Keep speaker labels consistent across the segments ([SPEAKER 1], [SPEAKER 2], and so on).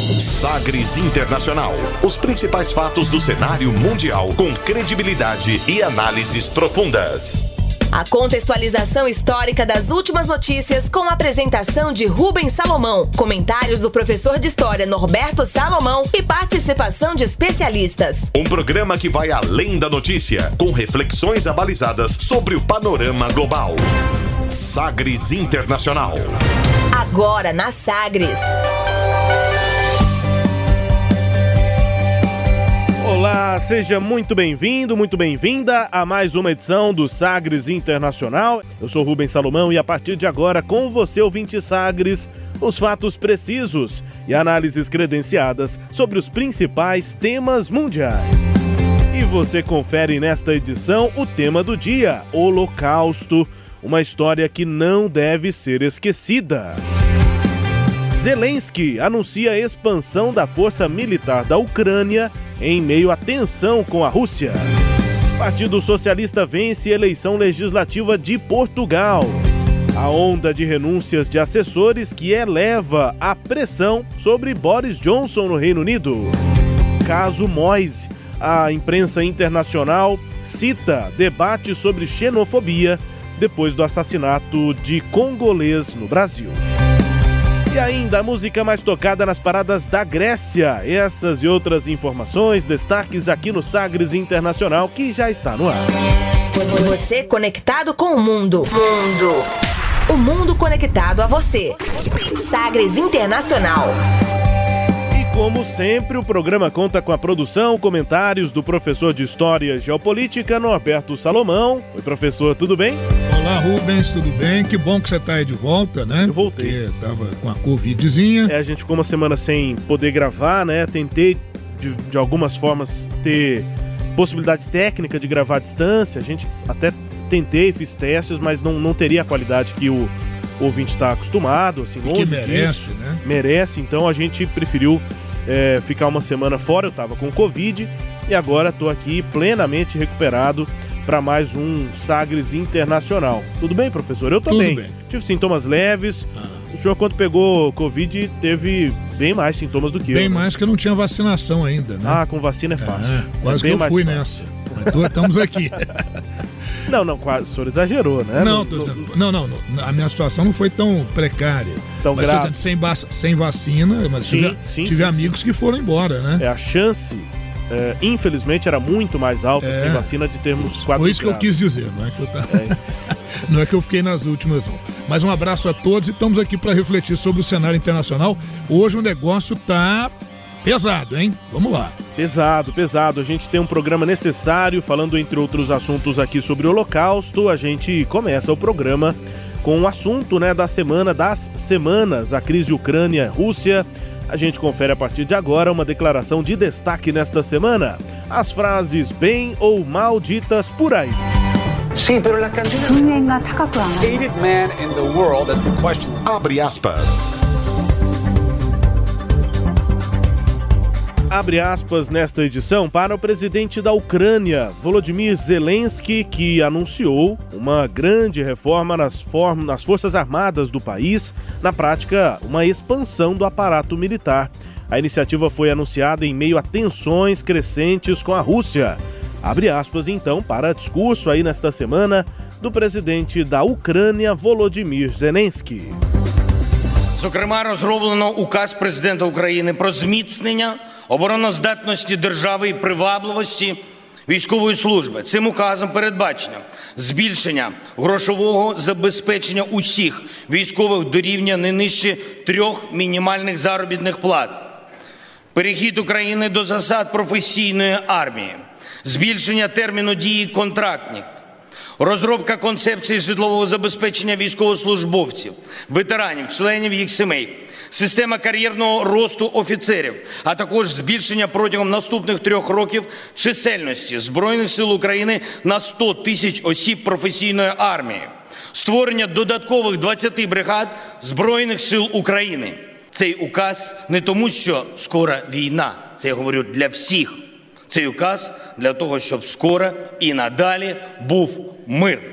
[SPEAKER 1] Sagres Internacional. Os principais fatos do cenário mundial com credibilidade e análises profundas.
[SPEAKER 2] A contextualização histórica das últimas notícias com a apresentação de Rubens Salomão, comentários do professor de História Norberto Salomão e participação de especialistas.
[SPEAKER 1] Um programa que vai além da notícia, com reflexões abalizadas sobre o panorama global. Sagres Internacional.
[SPEAKER 2] Agora na Sagres.
[SPEAKER 3] Olá, seja muito bem-vindo, muito bem-vinda a mais uma edição do Sagres Internacional. Eu sou Rubens Salomão e a partir de agora, com você, ouvinte Sagres, os fatos precisos e análises credenciadas sobre os principais temas mundiais. E você confere nesta edição o tema do dia, Holocausto, uma história que não deve ser esquecida. Zelensky anuncia a expansão da força militar da Ucrânia em meio à tensão com a Rússia. Partido Socialista vence eleição legislativa de Portugal. A onda de renúncias de assessores que eleva a pressão sobre Boris Johnson no Reino Unido. Caso Moise. A imprensa internacional cita debate sobre xenofobia depois do assassinato de congolês no Brasil. E ainda a música mais tocada nas paradas da Grécia. Essas e outras informações, destaques aqui no Sagres Internacional, que já está no ar.
[SPEAKER 2] Você conectado com o mundo. O mundo conectado a você. Sagres Internacional.
[SPEAKER 3] Como sempre, o programa conta com a produção, comentários do professor de História e Geopolítica, Norberto Salomão. Oi, professor, tudo bem?
[SPEAKER 4] Olá, Rubens, tudo bem? Que bom que você está aí de volta, né?
[SPEAKER 3] Eu voltei.
[SPEAKER 4] Porque tava com a covidzinha.
[SPEAKER 3] A gente ficou uma semana sem poder gravar, né? Tentei, de algumas formas, ter possibilidade técnica de gravar à distância. A gente até tentei, fiz testes, mas não teria a qualidade que o ouvinte está acostumado, assim, longe
[SPEAKER 4] que merece,
[SPEAKER 3] disso.
[SPEAKER 4] Né?
[SPEAKER 3] Merece, então a gente preferiu ficar uma semana fora. Eu estava com Covid e agora estou aqui plenamente recuperado para mais um Sagres Internacional. Tudo bem, professor? Eu tô bem. Tive sintomas leves. O senhor, quando pegou Covid, teve bem mais sintomas do que eu.
[SPEAKER 4] Bem mais, que eu não tinha vacinação ainda, né?
[SPEAKER 3] Ah, com vacina é fácil.
[SPEAKER 4] Quase que eu fui nessa. Mas estamos aqui.
[SPEAKER 3] Não, quase, o senhor exagerou, né?
[SPEAKER 4] Não, a minha situação não foi tão precária.
[SPEAKER 3] Tão grave.
[SPEAKER 4] Sem vacina, mas tive amigos que foram embora, né?
[SPEAKER 3] A chance, infelizmente, era muito mais alta sem vacina de termos 4 graus.
[SPEAKER 4] Foi isso que eu quis dizer, não é que eu não é que eu fiquei nas últimas, não. Mas um abraço a todos e estamos aqui para refletir sobre o cenário internacional. Hoje o negócio tá pesado, hein? Vamos lá.
[SPEAKER 3] Pesado. A gente tem um programa necessário, falando entre outros assuntos aqui sobre o Holocausto. A gente começa o programa com o assunto, né, das semanas, a crise Ucrânia-Rússia. A gente confere a partir de agora uma declaração de destaque nesta semana. As frases bem ou mal ditas por aí.
[SPEAKER 1] Abre aspas.
[SPEAKER 3] Abre aspas nesta edição para o presidente da Ucrânia, Volodymyr Zelensky, que anunciou uma grande reforma nas Forças Armadas do país, na prática, uma expansão do aparato militar. A iniciativa foi anunciada em meio a tensões crescentes com a Rússia. Abre aspas, então, para discurso aí nesta semana do presidente da Ucrânia, Volodymyr Zelensky.
[SPEAKER 5] Зокрема, розроблено указ президента України про зміцнення обороноздатності держави і привабливості військової служби. Цим указом передбачено збільшення грошового забезпечення усіх військових до рівня не нижче 3 мінімальних заробітних плат. Перехід України до засад професійної армії. Збільшення терміну дії контрактів. Розробка концепції житлового забезпечення військовослужбовців, ветеранів, членів їх сімей, система кар'єрного росту офіцерів, а також збільшення протягом наступних 3 років чисельності Збройних сил України на 100 тисяч осіб професійної армії, створення додаткових 20 бригад Збройних сил України. Цей указ не тому, що скоро війна, це я говорю для всіх. Цей указ для того, щоб скоро і надалі був мир.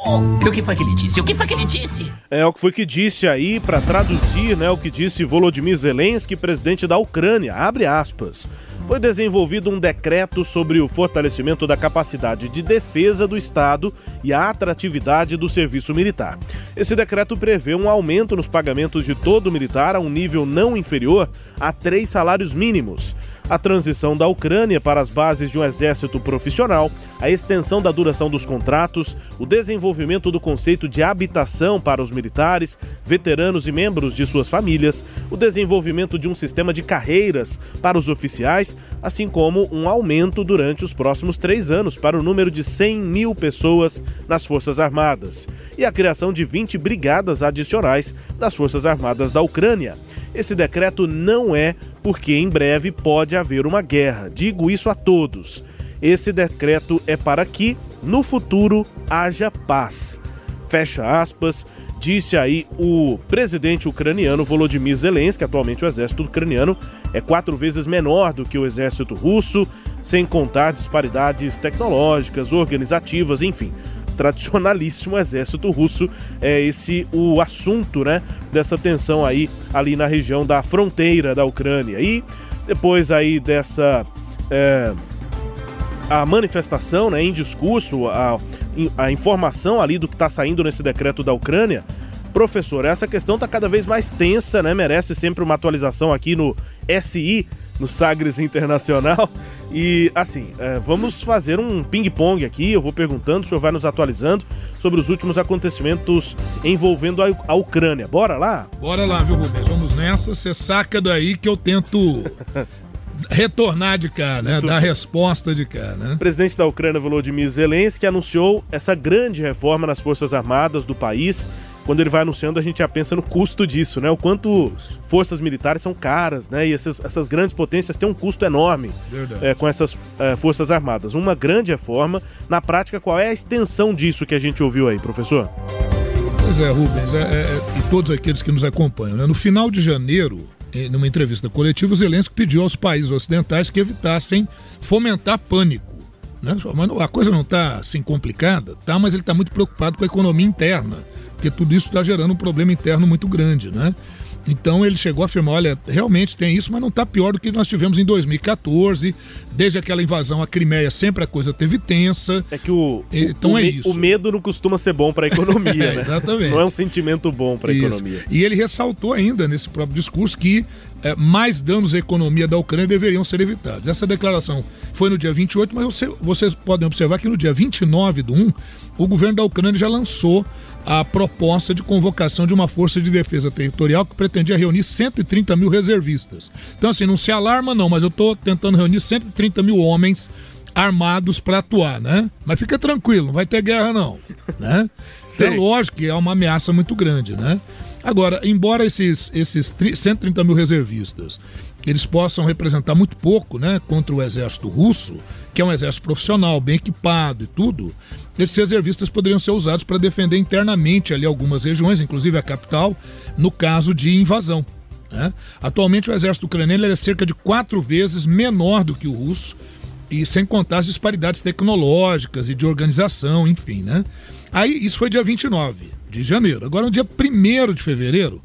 [SPEAKER 6] O que foi que ele disse? O que foi que ele disse?
[SPEAKER 3] É o que foi que disse aí, para traduzir, né, o que disse Volodymyr Zelensky, presidente da Ucrânia, abre aspas. Foi desenvolvido um decreto sobre o fortalecimento da capacidade de defesa do Estado e a atratividade do serviço militar. Esse decreto prevê um aumento nos pagamentos de todo militar a um nível não inferior a 3 salários mínimos. A transição da Ucrânia para as bases de um exército profissional, a extensão da duração dos contratos, o desenvolvimento do conceito de habitação para os militares, veteranos e membros de suas famílias, o desenvolvimento de um sistema de carreiras para os oficiais, assim como um aumento durante os próximos 3 anos para o número de 100 mil pessoas nas Forças Armadas e a criação de 20 brigadas adicionais das Forças Armadas da Ucrânia. Esse decreto não é porque em breve pode haver uma guerra. Digo isso a todos. Esse decreto é para que, no futuro, haja paz. Fecha aspas, disse aí o presidente ucraniano Volodymyr Zelensky. Atualmente o exército ucraniano é 4 vezes menor do que o exército russo, sem contar disparidades tecnológicas, organizativas, enfim. Tradicionalíssimo exército russo, é esse o assunto, né, dessa tensão aí ali na região da fronteira da Ucrânia. E depois aí dessa a manifestação, né, em discurso, a informação ali do que está saindo nesse decreto da Ucrânia, professor, essa questão está cada vez mais tensa, né, merece sempre uma atualização aqui no SI, no Sagres Internacional. E assim, vamos fazer um ping-pong aqui, eu vou perguntando, o senhor vai nos atualizando sobre os últimos acontecimentos envolvendo a Ucrânia. Bora lá?
[SPEAKER 4] Bora lá, viu, Rubens? Vamos nessa, você saca daí que eu tento retornar de cá, né? Dar resposta de cá, né?
[SPEAKER 3] O presidente da Ucrânia, Volodymyr Zelensky, anunciou essa grande reforma nas Forças Armadas do país. Quando ele vai anunciando, a gente já pensa no custo disso, né? O quanto forças militares são caras, né? E essas grandes potências têm um custo enorme com essas forças armadas. Uma grande reforma. Na prática, qual é a extensão disso que a gente ouviu aí, professor?
[SPEAKER 4] Pois é, Rubens, e todos aqueles que nos acompanham, né? No final de janeiro, numa entrevista coletiva, o Zelensky pediu aos países ocidentais que evitassem fomentar pânico, né? Mas a coisa não está assim complicada, tá? Mas ele está muito preocupado com a economia interna, porque tudo isso está gerando um problema interno muito grande, né? Então ele chegou a afirmar, olha, realmente tem isso, mas não está pior do que nós tivemos em 2014, desde aquela invasão à Crimeia sempre a coisa teve tensa.
[SPEAKER 3] É que o medo não costuma ser bom para a economia, né?
[SPEAKER 4] Exatamente.
[SPEAKER 3] Não é um sentimento bom para a economia.
[SPEAKER 4] E ele ressaltou ainda nesse próprio discurso que mais danos à economia da Ucrânia deveriam ser evitados. Essa declaração foi no dia 28, mas vocês podem observar que no dia 29/1, o governo da Ucrânia já lançou a proposta de convocação de uma força de defesa territorial que pretendia reunir 130 mil reservistas. Então, assim, não se alarma não, mas eu estou tentando reunir 130 mil homens armados para atuar, né? Mas fica tranquilo, não vai ter guerra não, né? É lógico que é uma ameaça muito grande, né? Agora, embora esses 130 mil reservistas, eles possam representar muito pouco, né, contra o exército russo, que é um exército profissional, bem equipado e tudo, esses reservistas poderiam ser usados para defender internamente ali algumas regiões, inclusive a capital, no caso de invasão, né? Atualmente o exército ucraniano é cerca de 4 vezes menor do que o russo, e sem contar as disparidades tecnológicas e de organização, enfim, né? Aí, isso foi dia 29 de janeiro. Agora, no dia 1º de fevereiro,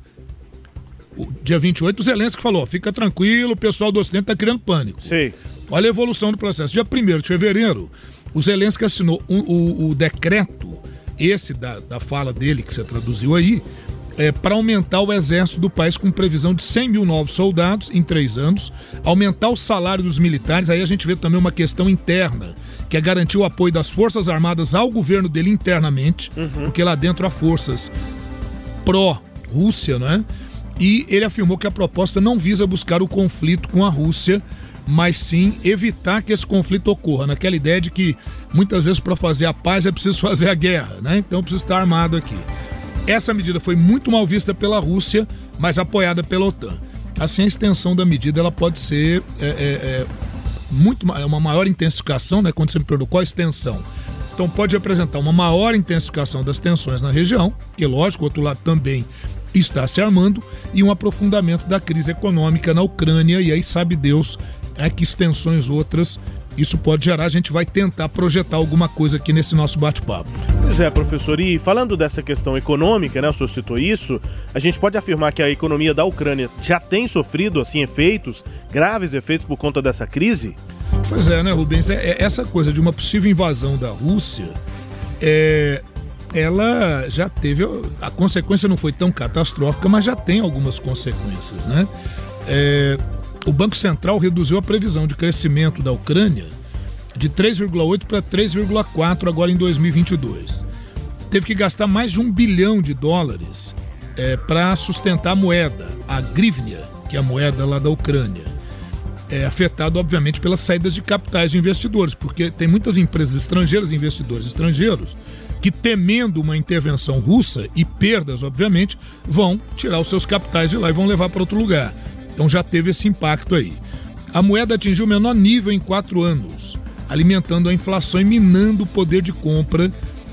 [SPEAKER 4] o dia 28, o Zelensky falou, fica tranquilo, o pessoal do Ocidente está criando pânico.
[SPEAKER 3] Sim.
[SPEAKER 4] Olha a evolução do processo. Dia 1º de fevereiro, o Zelensky assinou o decreto, esse da fala dele, que você traduziu aí, para aumentar o exército do país com previsão de 100 mil novos soldados em 3 anos, aumentar o salário dos militares. Aí a gente vê também uma questão interna, que é garantir o apoio das Forças Armadas ao governo dele internamente, porque lá dentro há forças pró-Rússia, né? E ele afirmou que a proposta não visa buscar o conflito com a Rússia, mas sim evitar que esse conflito ocorra, naquela ideia de que muitas vezes para fazer a paz é preciso fazer a guerra, né? Então precisa estar armado aqui. Essa medida foi muito mal vista pela Rússia, mas apoiada pela OTAN. Assim, a extensão da medida ela pode ser uma maior intensificação, né? Quando você me perguntou qual a extensão. Então pode representar uma maior intensificação das tensões na região, que lógico, o outro lado também está se armando, e um aprofundamento da crise econômica na Ucrânia, e aí sabe Deus que extensões outras isso pode gerar. A gente vai tentar projetar alguma coisa aqui nesse nosso bate-papo.
[SPEAKER 3] Pois é, professor, e falando dessa questão econômica, né, o senhor citou isso, a gente pode afirmar que a economia da Ucrânia já tem sofrido, assim, graves efeitos por conta dessa crise?
[SPEAKER 4] Pois é, né, Rubens, essa coisa de uma possível invasão da Rússia, ela já teve, a consequência não foi tão catastrófica, mas já tem algumas consequências, né? O Banco Central reduziu a previsão de crescimento da Ucrânia de 3,8 para 3,4 agora em 2022. Teve que gastar mais de $1 bilhão para sustentar a moeda, a grivnia, que é a moeda lá da Ucrânia. Afetado, obviamente, pelas saídas de capitais de investidores, porque tem muitas empresas estrangeiras, investidores estrangeiros, que temendo uma intervenção russa e perdas, obviamente, vão tirar os seus capitais de lá e vão levar para outro lugar. Então já teve esse impacto aí. A moeda atingiu o menor nível em 4 anos, alimentando a inflação e minando o poder de compra.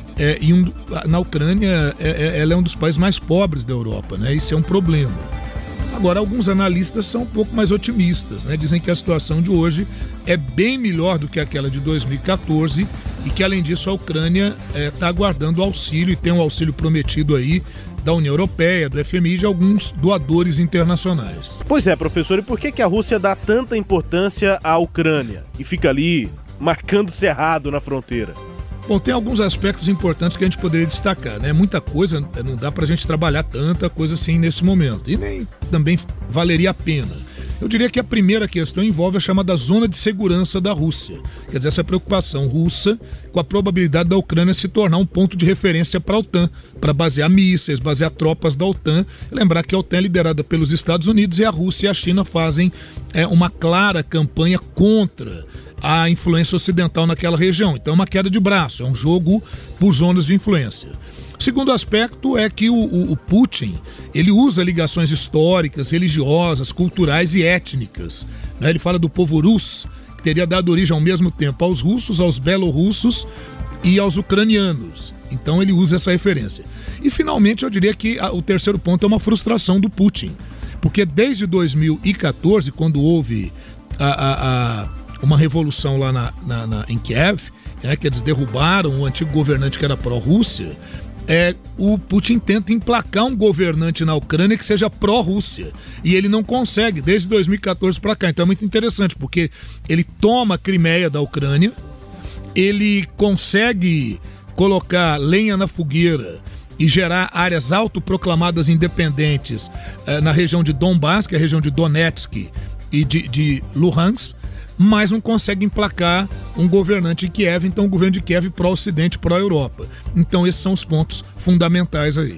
[SPEAKER 4] Na Ucrânia, ela é um dos países mais pobres da Europa, né? Isso é um problema. Agora, alguns analistas são um pouco mais otimistas, né? Dizem que a situação de hoje é bem melhor do que aquela de 2014 e que, além disso, a Ucrânia está aguardando auxílio e tem um auxílio prometido aí da União Europeia, do FMI e de alguns doadores internacionais.
[SPEAKER 3] Pois é, professor, e por que a Rússia dá tanta importância à Ucrânia e fica ali marcando cerrado na fronteira?
[SPEAKER 4] Bom, tem alguns aspectos importantes que a gente poderia destacar, né? Muita coisa, não dá pra gente trabalhar tanta coisa assim nesse momento. E nem também valeria a pena. Eu diria que a primeira questão envolve a chamada zona de segurança da Rússia. Quer dizer, essa preocupação russa com a probabilidade da Ucrânia se tornar um ponto de referência para a OTAN, para basear mísseis, basear tropas da OTAN. Lembrar que a OTAN é liderada pelos Estados Unidos e a Rússia e a China fazem uma clara campanha contra a influência ocidental naquela região. Então é uma queda de braço, é um jogo por zonas de influência. O segundo aspecto é que o Putin, ele usa ligações históricas, religiosas, culturais e étnicas, né? Ele fala do povo russo, que teria dado origem ao mesmo tempo aos russos, aos belorussos e aos ucranianos. Então ele usa essa referência. E finalmente eu diria que o terceiro ponto é uma frustração do Putin, porque desde 2014, quando houve uma revolução lá em Kiev, que eles derrubaram o antigo governante que era pró-Rússia, o Putin tenta emplacar um governante na Ucrânia que seja pró-Rússia. E ele não consegue, desde 2014 para cá. Então é muito interessante, porque ele toma a Crimeia da Ucrânia, ele consegue colocar lenha na fogueira e gerar áreas autoproclamadas independentes na região de Donbass, que é a região de Donetsk e de Luhansk, mas não consegue emplacar um governante em Kiev, então o governo de Kiev pró-Ocidente, pró-Europa. Então esses são os pontos fundamentais aí.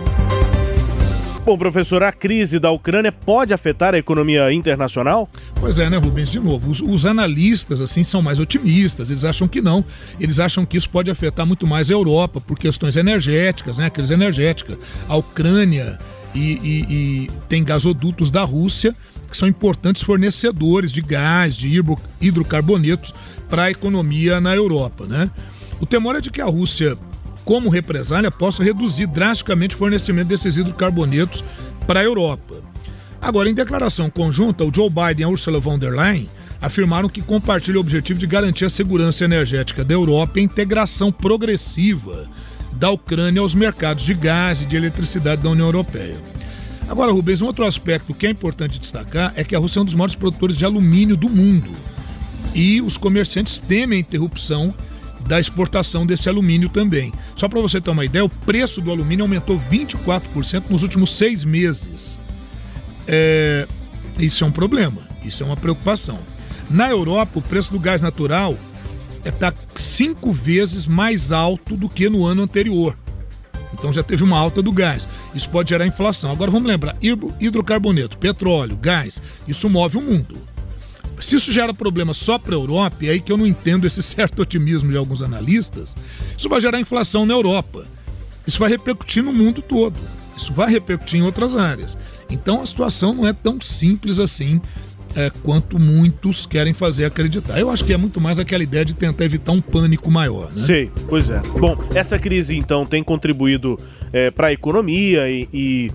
[SPEAKER 3] Bom, professor, a crise da Ucrânia pode afetar a economia internacional?
[SPEAKER 4] Pois é, né, Rubens? De novo, os analistas assim são mais otimistas, eles acham que não. Eles acham que isso pode afetar muito mais a Europa por questões energéticas, né, a crise energética. A Ucrânia e tem gasodutos da Rússia, que são importantes fornecedores de gás, de hidrocarbonetos para a economia na Europa, né? O temor é de que a Rússia, como represália, possa reduzir drasticamente o fornecimento desses hidrocarbonetos para a Europa. Agora, em declaração conjunta, o Joe Biden e a Ursula von der Leyen afirmaram que compartilham o objetivo de garantir a segurança energética da Europa e a integração progressiva da Ucrânia aos mercados de gás e de eletricidade da União Europeia. Agora, Rubens, um outro aspecto que é importante destacar é que a Rússia é um dos maiores produtores de alumínio do mundo. E os comerciantes temem a interrupção da exportação desse alumínio também. Só para você ter uma ideia, o preço do alumínio aumentou 24% nos últimos 6 meses. Isso é um problema, isso é uma preocupação. Na Europa, o preço do gás natural está 5 vezes mais alto do que no ano anterior. Então já teve uma alta do gás. Isso pode gerar inflação. Agora vamos lembrar, hidrocarboneto, petróleo, gás, isso move o mundo. Se isso gera problema só para a Europa, é aí que eu não entendo esse certo otimismo de alguns analistas, isso vai gerar inflação na Europa. Isso vai repercutir no mundo todo. Isso vai repercutir em outras áreas. Então a situação não é tão simples assim quanto muitos querem fazer acreditar. Eu acho que é muito mais aquela ideia de tentar evitar um pânico maior, né?
[SPEAKER 3] Sei, pois é. Bom, essa crise então tem contribuído para a economia e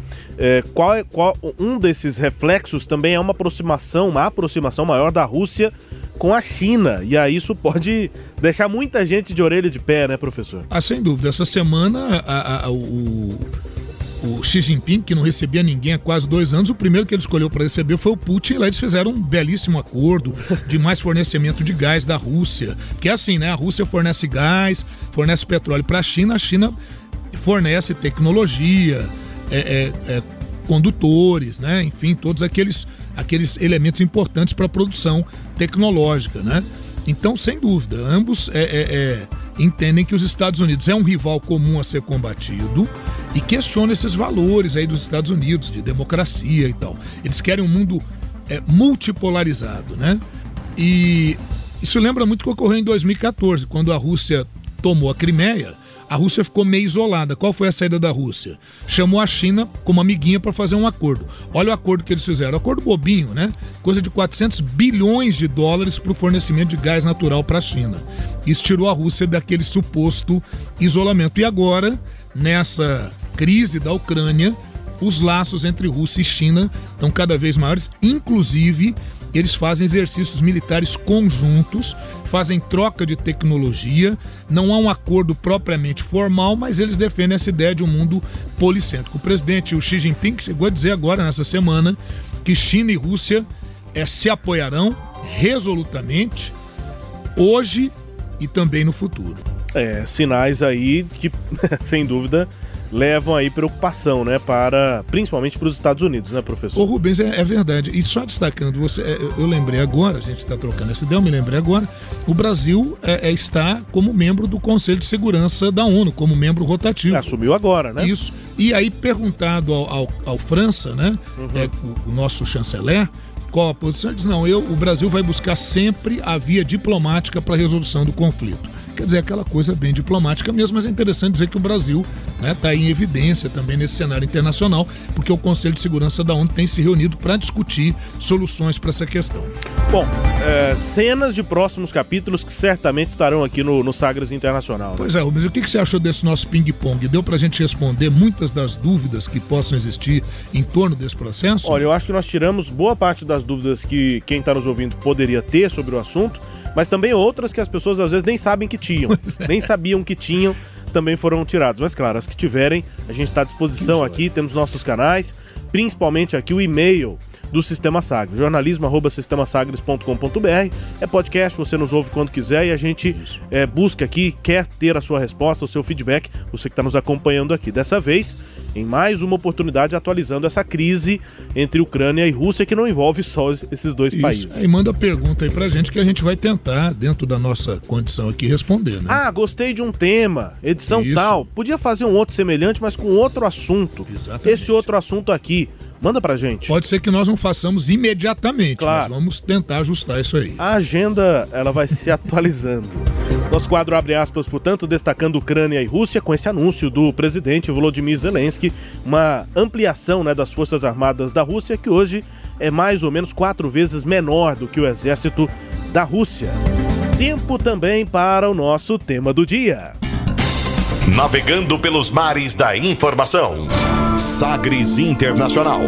[SPEAKER 3] um desses reflexos também é uma aproximação maior da Rússia com a China. E aí isso pode deixar muita gente de orelha de pé, né, professor?
[SPEAKER 4] Sem dúvida. Essa semana o Xi Jinping, que não recebia ninguém há quase 2 anos, o primeiro que ele escolheu para receber foi o Putin. E lá eles fizeram um belíssimo acordo de mais fornecimento de gás da Rússia. Porque é assim, né? A Rússia fornece gás, fornece petróleo para a China fornece tecnologia, condutores, né? Enfim, todos aqueles elementos importantes para a produção tecnológica, né? Então, sem dúvida, ambos entendem que os Estados Unidos é um rival comum a ser combatido e questionam esses valores aí dos Estados Unidos, de democracia e tal. Eles querem um mundo multipolarizado, né? E isso lembra muito o que ocorreu em 2014, quando a Rússia tomou a Crimeia. A Rússia ficou meio isolada. Qual foi a saída da Rússia? Chamou a China como amiguinha para fazer um acordo. Olha o acordo que eles fizeram. Acordo bobinho, né? Coisa de 400 bilhões de dólares para o fornecimento de gás natural para a China. Isso tirou a Rússia daquele suposto isolamento. E agora, nessa crise da Ucrânia, os laços entre Rússia e China estão cada vez maiores. Inclusive, eles fazem exercícios militares conjuntos, fazem troca de tecnologia, não há um acordo propriamente formal, mas eles defendem essa ideia de um mundo policêntrico. O presidente Xi Jinping chegou a dizer agora, nessa semana, que China e Rússia se apoiarão resolutamente hoje e também no futuro.
[SPEAKER 3] Sinais aí que, sem dúvida, levam aí preocupação, né, principalmente para os Estados Unidos, né, professor?
[SPEAKER 4] Ô Rubens, é verdade. E só destacando, eu lembrei agora, a gente está trocando essa ideia, eu me lembrei agora, o Brasil está como membro do Conselho de Segurança da ONU, como membro rotativo.
[SPEAKER 3] Assumiu agora, né?
[SPEAKER 4] Isso. E aí, perguntado ao França, né, o nosso chanceler, qual a posição, ele diz, não, o Brasil vai buscar sempre a via diplomática para a resolução do conflito. Quer dizer, aquela coisa bem diplomática mesmo, mas é interessante dizer que o Brasil está em evidência também nesse cenário internacional, porque o Conselho de Segurança da ONU tem se reunido para discutir soluções para essa questão.
[SPEAKER 3] Bom, cenas de próximos capítulos que certamente estarão aqui no Sagres Internacional. Né?
[SPEAKER 4] Pois é, Rubens, o que você achou desse nosso ping-pong? Deu para a gente responder muitas das dúvidas que possam existir em torno desse processo?
[SPEAKER 3] Olha, eu acho que nós tiramos boa parte das dúvidas que quem está nos ouvindo poderia ter sobre o assunto, mas também outras que as pessoas às vezes nem sabem que tinham, nem sabiam que tinham, também foram tiradas. Mas claro, as que tiverem, a gente está à disposição aqui, temos nossos canais, principalmente aqui o e-mail do Sistema Sagres, jornalismo@sistemasagres.com.br. É podcast, você nos ouve quando quiser e a gente busca aqui, quer ter a sua resposta, o seu feedback, você que está nos acompanhando aqui. Dessa vez, em mais uma oportunidade, atualizando essa crise entre Ucrânia e Rússia, que não envolve só esses dois países.
[SPEAKER 4] Aí manda pergunta aí pra gente que a gente vai tentar, dentro da nossa condição aqui, responder, né?
[SPEAKER 3] Gostei de um tema, edição tal. Podia fazer um outro semelhante, mas com outro assunto.
[SPEAKER 4] Exatamente.
[SPEAKER 3] Esse outro assunto aqui. Manda pra gente.
[SPEAKER 4] Pode ser que nós não façamos imediatamente,
[SPEAKER 3] claro,
[SPEAKER 4] mas vamos tentar ajustar isso aí.
[SPEAKER 3] A agenda, ela vai se atualizando. Nosso quadro abre aspas, portanto, destacando Ucrânia e Rússia, com esse anúncio do presidente Volodymyr Zelensky, uma ampliação, né, das Forças Armadas da Rússia, que hoje é mais ou menos 4 vezes menor do que o exército da Rússia. Tempo também para o nosso tema do dia.
[SPEAKER 1] Navegando pelos mares da informação. Sagres Internacional.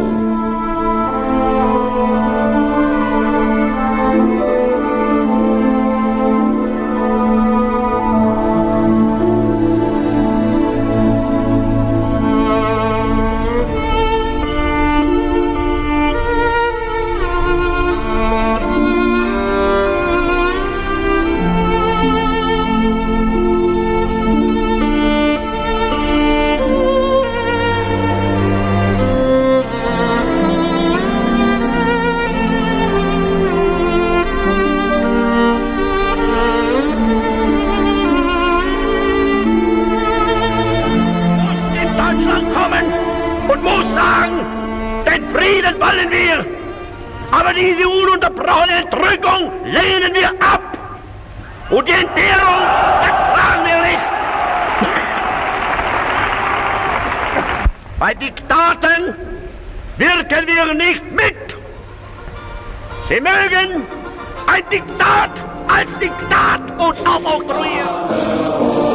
[SPEAKER 7] Aber diese ununterbrochene Entrückung lehnen wir ab. Und die Entbehrung ertragen wir nicht. Bei Diktaten wirken wir nicht mit. Sie mögen ein Diktat als Diktat uns aufoktroyieren.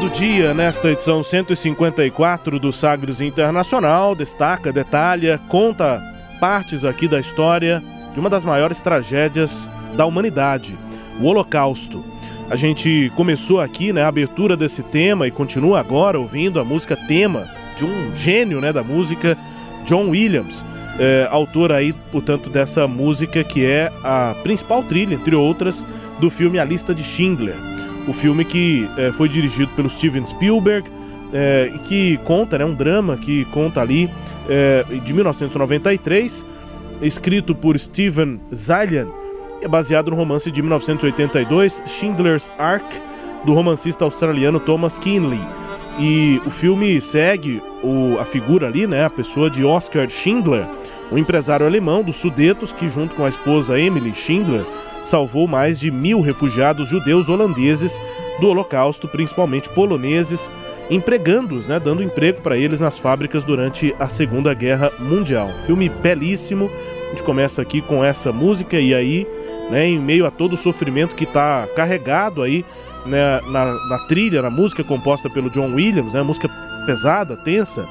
[SPEAKER 3] do dia, nesta edição 154 do Sagres Internacional, destaca, detalha, conta partes aqui da história de uma das maiores tragédias da humanidade, o Holocausto. A gente começou aqui, né, a abertura desse tema e continua agora ouvindo a música tema de um gênio, né, da música, John Williams, autor aí, portanto, dessa música que é a principal trilha, entre outras, do filme A Lista de Schindler. O filme que foi dirigido pelo Steven Spielberg e que conta, né, um drama que conta ali de 1993, escrito por Steven Zaillian, é baseado no romance de 1982, Schindler's Ark, do romancista australiano Thomas Keanley. E o filme segue a figura ali, né, a pessoa de Oskar Schindler, um empresário alemão dos Sudetos que, junto com a esposa Emily Schindler, salvou mais de 1.000 refugiados judeus holandeses do Holocausto, principalmente poloneses, empregando-os, né, dando emprego para eles nas fábricas durante a Segunda Guerra Mundial. Filme belíssimo. A gente começa aqui com essa música e aí, né, em meio a todo o sofrimento que está carregado aí, né, na trilha, na música composta pelo John Williams, né, música pesada, tensa,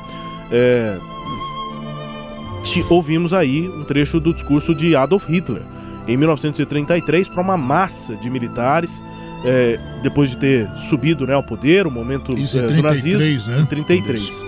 [SPEAKER 3] ouvimos aí um trecho do discurso de Adolf Hitler em 1933 para uma massa de militares, depois de ter subido, né, ao poder, o momento do nazismo, né? Em 33.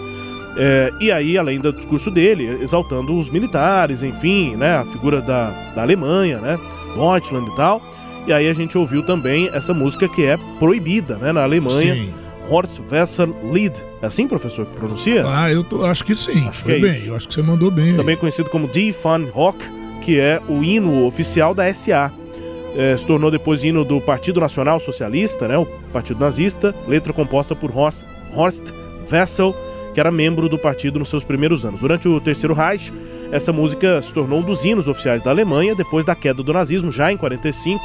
[SPEAKER 3] E aí, além do discurso dele, exaltando os militares, enfim, né, a figura da Alemanha, né, Deutschland e tal. E aí a gente ouviu também essa música que é proibida, né, na Alemanha. Sim. Horst Wessel Lied. É assim, professor, que pronuncia?
[SPEAKER 4] Acho que sim.
[SPEAKER 3] Acho que é
[SPEAKER 4] bem.
[SPEAKER 3] isso.
[SPEAKER 4] Eu acho que você mandou bem.
[SPEAKER 3] Também conhecido como Die Van Hock, que é o hino oficial da SA. Se tornou depois hino do Partido Nacional Socialista, né, o Partido Nazista, letra composta por Horst Wessel, que era membro do partido nos seus primeiros anos. Durante o Terceiro Reich, essa música se tornou um dos hinos oficiais da Alemanha, depois da queda do nazismo, já em 45,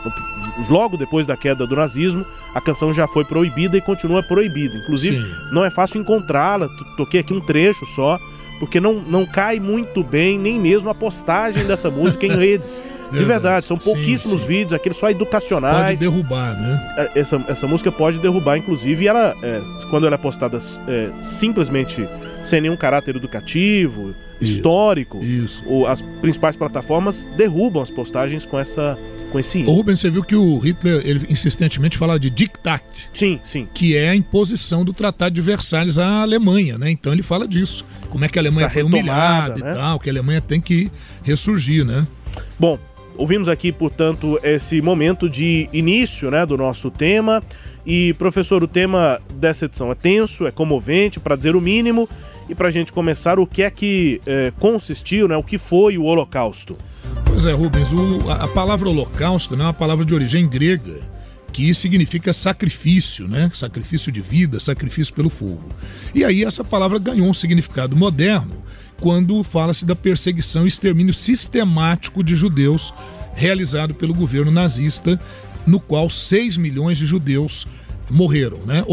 [SPEAKER 3] logo depois da queda do nazismo, a canção já foi proibida e continua proibida. Inclusive, sim, não é fácil encontrá-la, toquei aqui um trecho só, porque não cai muito bem nem mesmo a postagem dessa música em redes. De verdade, são pouquíssimos vídeos, aqueles só educacionais.
[SPEAKER 4] Pode derrubar, né?
[SPEAKER 3] Essa música pode derrubar, inclusive, e ela, quando ela é postada simplesmente sem nenhum caráter educativo, histórico, as principais plataformas derrubam as postagens com esse hino.
[SPEAKER 4] Ô Rubens, você viu que o Hitler, ele insistentemente fala de Diktat.
[SPEAKER 3] Sim, sim.
[SPEAKER 4] Que é a imposição do Tratado de Versalhes à Alemanha, né? Então ele fala disso. Como é que a Alemanha foi humilhada, né? E tal, que a Alemanha tem que ressurgir, né?
[SPEAKER 3] Bom, ouvimos aqui, portanto, esse momento de início, né, do nosso tema. E, professor, o tema dessa edição é tenso, é comovente, para dizer o mínimo. E para a gente começar, o que é que consistiu, né, o que foi o Holocausto?
[SPEAKER 4] Pois é, Rubens, a palavra holocausto, né, é uma palavra de origem grega, que significa sacrifício, né? Sacrifício de vida, sacrifício pelo fogo. E aí essa palavra ganhou um significado moderno quando fala-se da perseguição e extermínio sistemático de judeus realizado pelo governo nazista, no qual 6 milhões de judeus morreram, né?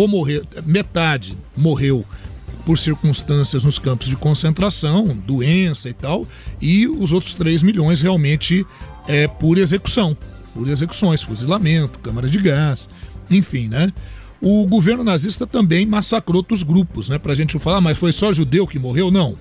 [SPEAKER 4] Metade morreu por circunstâncias nos campos de concentração, doença e tal, e os outros 3 milhões realmente por execuções, fuzilamento, câmara de gás, enfim, né? O governo nazista também massacrou outros grupos, né? Pra gente não falar, mas foi só judeu que morreu? Não.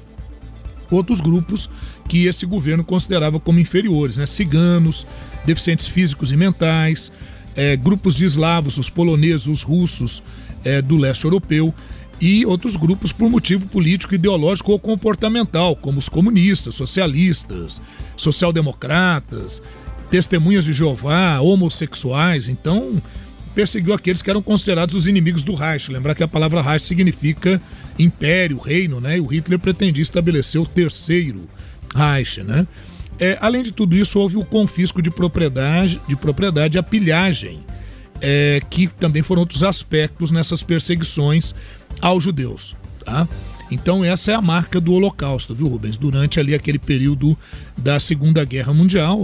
[SPEAKER 4] Outros grupos que esse governo considerava como inferiores, né? Ciganos, deficientes físicos e mentais, grupos de eslavos, os poloneses, os russos do leste europeu, e outros grupos por motivo político, ideológico ou comportamental, como os comunistas, socialistas, social-democratas, testemunhas de Jeová, homossexuais. Então, perseguiu aqueles que eram considerados os inimigos do Reich. Lembrar que a palavra Reich significa império, reino, né? E o Hitler pretendia estabelecer o terceiro Reich, né? Além de tudo isso, houve o confisco de propriedade e a pilhagem, que também foram outros aspectos nessas perseguições aos judeus, tá? Então essa é a marca do Holocausto, viu, Rubens? Durante ali aquele período da Segunda Guerra Mundial,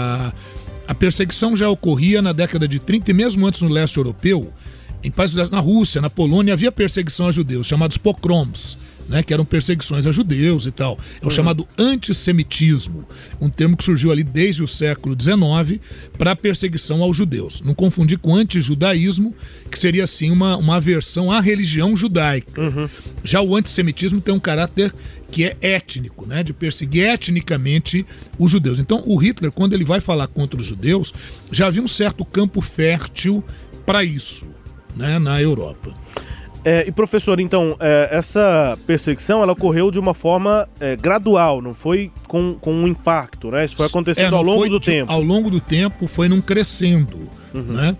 [SPEAKER 4] a perseguição já ocorria na década de 30 e mesmo antes no leste europeu, na Rússia, na Polônia, havia perseguição a judeus, chamados pogroms, né, que eram perseguições a judeus e tal. É o chamado antissemitismo, um termo que surgiu ali desde o século XIX para perseguição aos judeus. Não confundir com antijudaísmo, que seria assim uma aversão à religião judaica. Já o antissemitismo tem um caráter que é étnico, né, de perseguir etnicamente os judeus. Então o Hitler, quando ele vai falar contra os judeus, já havia um certo campo fértil para isso, né, na Europa.
[SPEAKER 3] E professor, então, essa perseguição ela ocorreu de uma forma gradual, não foi com um impacto, né? Isso foi acontecendo ao longo do tempo.
[SPEAKER 4] Ao longo do tempo foi num crescendo, né?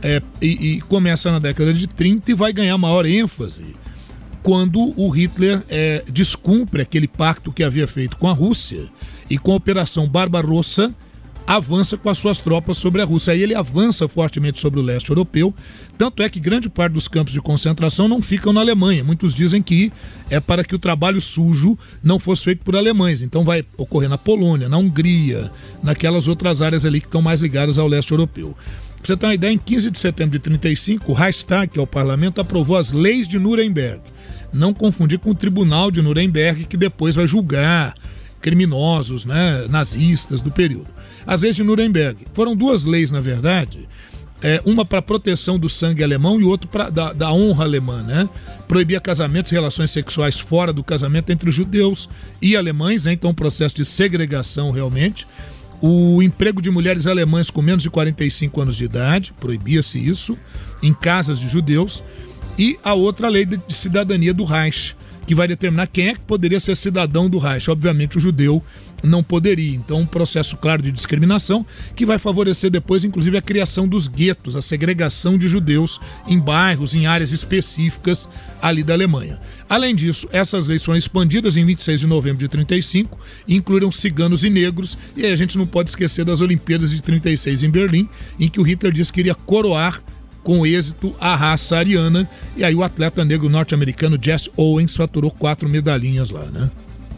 [SPEAKER 4] E começa na década de 30 e vai ganhar maior ênfase quando o Hitler descumpre aquele pacto que havia feito com a Rússia e com a Operação Barbarossa avança com as suas tropas sobre a Rússia. Aí ele avança fortemente sobre o leste europeu, tanto é que grande parte dos campos de concentração não ficam na Alemanha. Muitos dizem que é para que o trabalho sujo não fosse feito por alemães. Então vai ocorrer na Polônia, na Hungria, naquelas outras áreas ali que estão mais ligadas ao leste europeu. Para você ter uma ideia, em 15 de setembro de 1935, o Reichstag, que é o parlamento, aprovou as leis de Nuremberg. Não confundir com o Tribunal de Nuremberg, que depois vai julgar criminosos, né, nazistas do período. As leis de Nuremberg foram duas leis, na verdade, uma para proteção do sangue alemão e outra da honra alemã, né? Proibia casamentos e relações sexuais fora do casamento entre judeus e alemães, né? Então um processo de segregação realmente. O emprego de mulheres alemãs com menos de 45 anos de idade, proibia-se isso, em casas de judeus. E a outra lei de cidadania do Reich, que vai determinar quem é que poderia ser cidadão do Reich. Obviamente o judeu não poderia. Então um processo claro de discriminação que vai favorecer depois inclusive a criação dos guetos, a segregação de judeus em bairros, em áreas específicas ali da Alemanha. Além disso, essas leis foram expandidas em 26 de novembro de 1935 e incluíram ciganos e negros. E aí a gente não pode esquecer das Olimpíadas de 1936 em Berlim, em que o Hitler disse que iria coroar com êxito a raça ariana, e aí o atleta negro norte-americano Jesse Owens faturou 4 medalhinhas lá, né?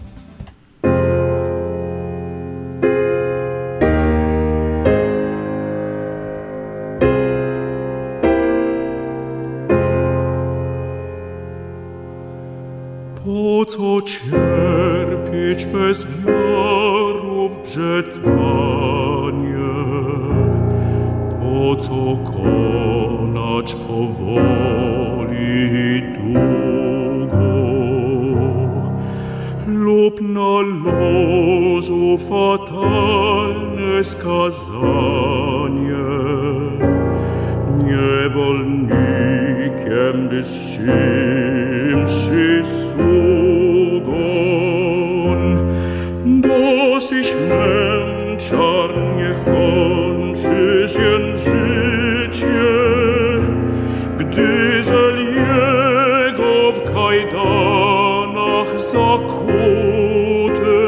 [SPEAKER 8] Po co cierpieć bez wiarów brzetwanie? Po co konać powoli długo lub na losu fatalne skazanie niewolnikiem wyższymszy sługon dosyć męczarnie kończy się życie, gdy zel jego w kajdanach zakute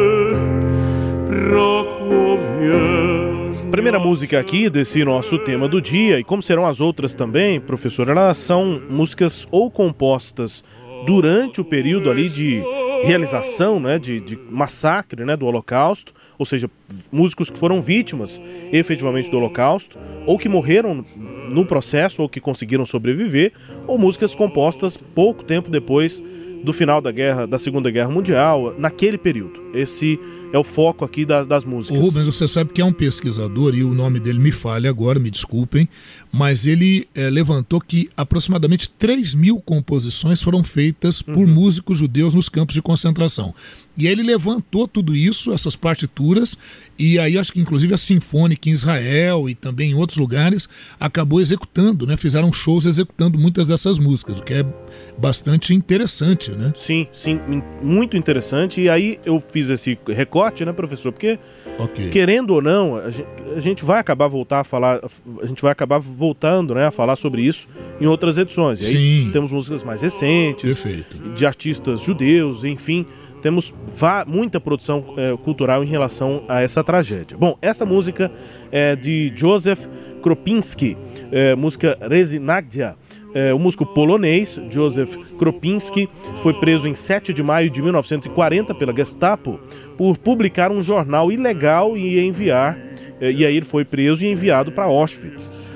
[SPEAKER 8] brakło więźnia.
[SPEAKER 3] Primeira música aqui desse nosso tema do dia, e como serão as outras também, professor, elas são músicas ou compostas durante o período ali de realização, né, de massacre, né, do Holocausto, ou seja, músicos que foram vítimas efetivamente do Holocausto, ou que morreram no processo, ou que conseguiram sobreviver, ou músicas compostas pouco tempo depois do final da Segunda Guerra Mundial, naquele período. Esse é o foco aqui das músicas.
[SPEAKER 4] O Rubens, você sabe que é um pesquisador, e o nome dele me falha agora, me desculpem, mas ele levantou que aproximadamente 3.000 composições foram feitas por músicos judeus nos campos de concentração. E aí ele levantou tudo isso, essas partituras, e aí acho que inclusive a Sinfônica em Israel e também em outros lugares acabou executando, né? Fizeram shows executando muitas dessas músicas, o que é bastante interessante, né?
[SPEAKER 3] Sim, muito interessante. E aí eu fiz esse recorte, né, professor? Porque, querendo ou não, a gente vai acabar voltando, né, a falar sobre isso em outras edições. E aí temos músicas mais recentes, de artistas judeus, enfim. Temos muita produção cultural em relação a essa tragédia. Bom, essa música é de Józef Kropinski, música Resignacja. O músico polonês Józef Kropinski foi preso em 7 de maio de 1940 pela Gestapo por publicar um jornal ilegal e aí ele foi preso e enviado para Auschwitz.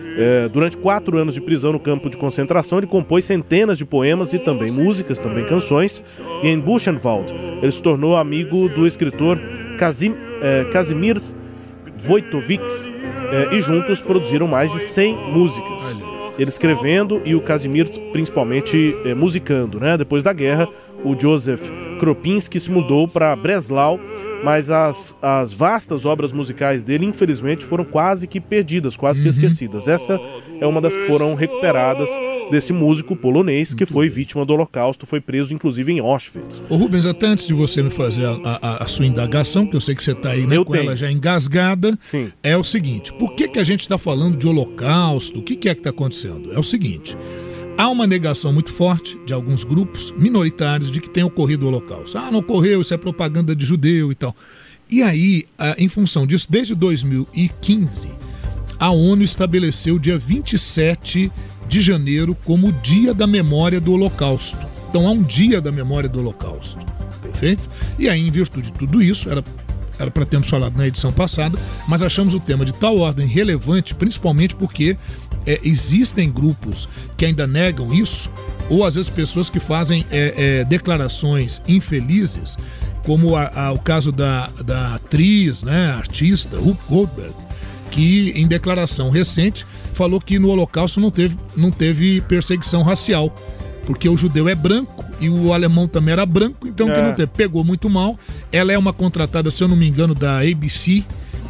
[SPEAKER 3] Durante 4 anos de prisão no campo de concentração, ele compôs centenas de poemas e também músicas, também canções. E em Buchenwald, ele se tornou amigo do escritor Kazimierz Wojtowicz e juntos produziram mais de 100 músicas. Ele escrevendo e o Kazimierz principalmente musicando, né? Depois da guerra, o Józef Kropinski se mudou para Breslau, mas as vastas obras musicais dele, infelizmente, foram quase que perdidas, quase que esquecidas. Essa é uma das que foram recuperadas desse músico polonês que foi vítima do Holocausto, foi preso inclusive em Auschwitz.
[SPEAKER 4] Ô Rubens, até antes de você me fazer a sua indagação, que eu sei que você está aí, né, com ela já engasgada,
[SPEAKER 3] sim,
[SPEAKER 4] é o seguinte: por que a gente está falando de Holocausto? O que é que está acontecendo? É o seguinte: há uma negação muito forte de alguns grupos minoritários de que tem ocorrido o Holocausto. Não ocorreu, isso é propaganda de judeu e tal. E aí, em função disso, desde 2015, a ONU estabeleceu o dia 27 de janeiro como o Dia da Memória do Holocausto. Então há um Dia da Memória do Holocausto, perfeito? E aí, em virtude de tudo isso, era para termos falado na edição passada, mas achamos o tema de tal ordem relevante, principalmente porque existem grupos que ainda negam isso, ou às vezes pessoas que fazem declarações infelizes, como o caso da atriz, né, artista Ruth Goldberg, que em declaração recente falou que no Holocausto não teve perseguição racial, porque o judeu é branco e o alemão também era branco, então que não teve. Pegou muito mal. Ela é uma contratada, se eu não me engano, da ABC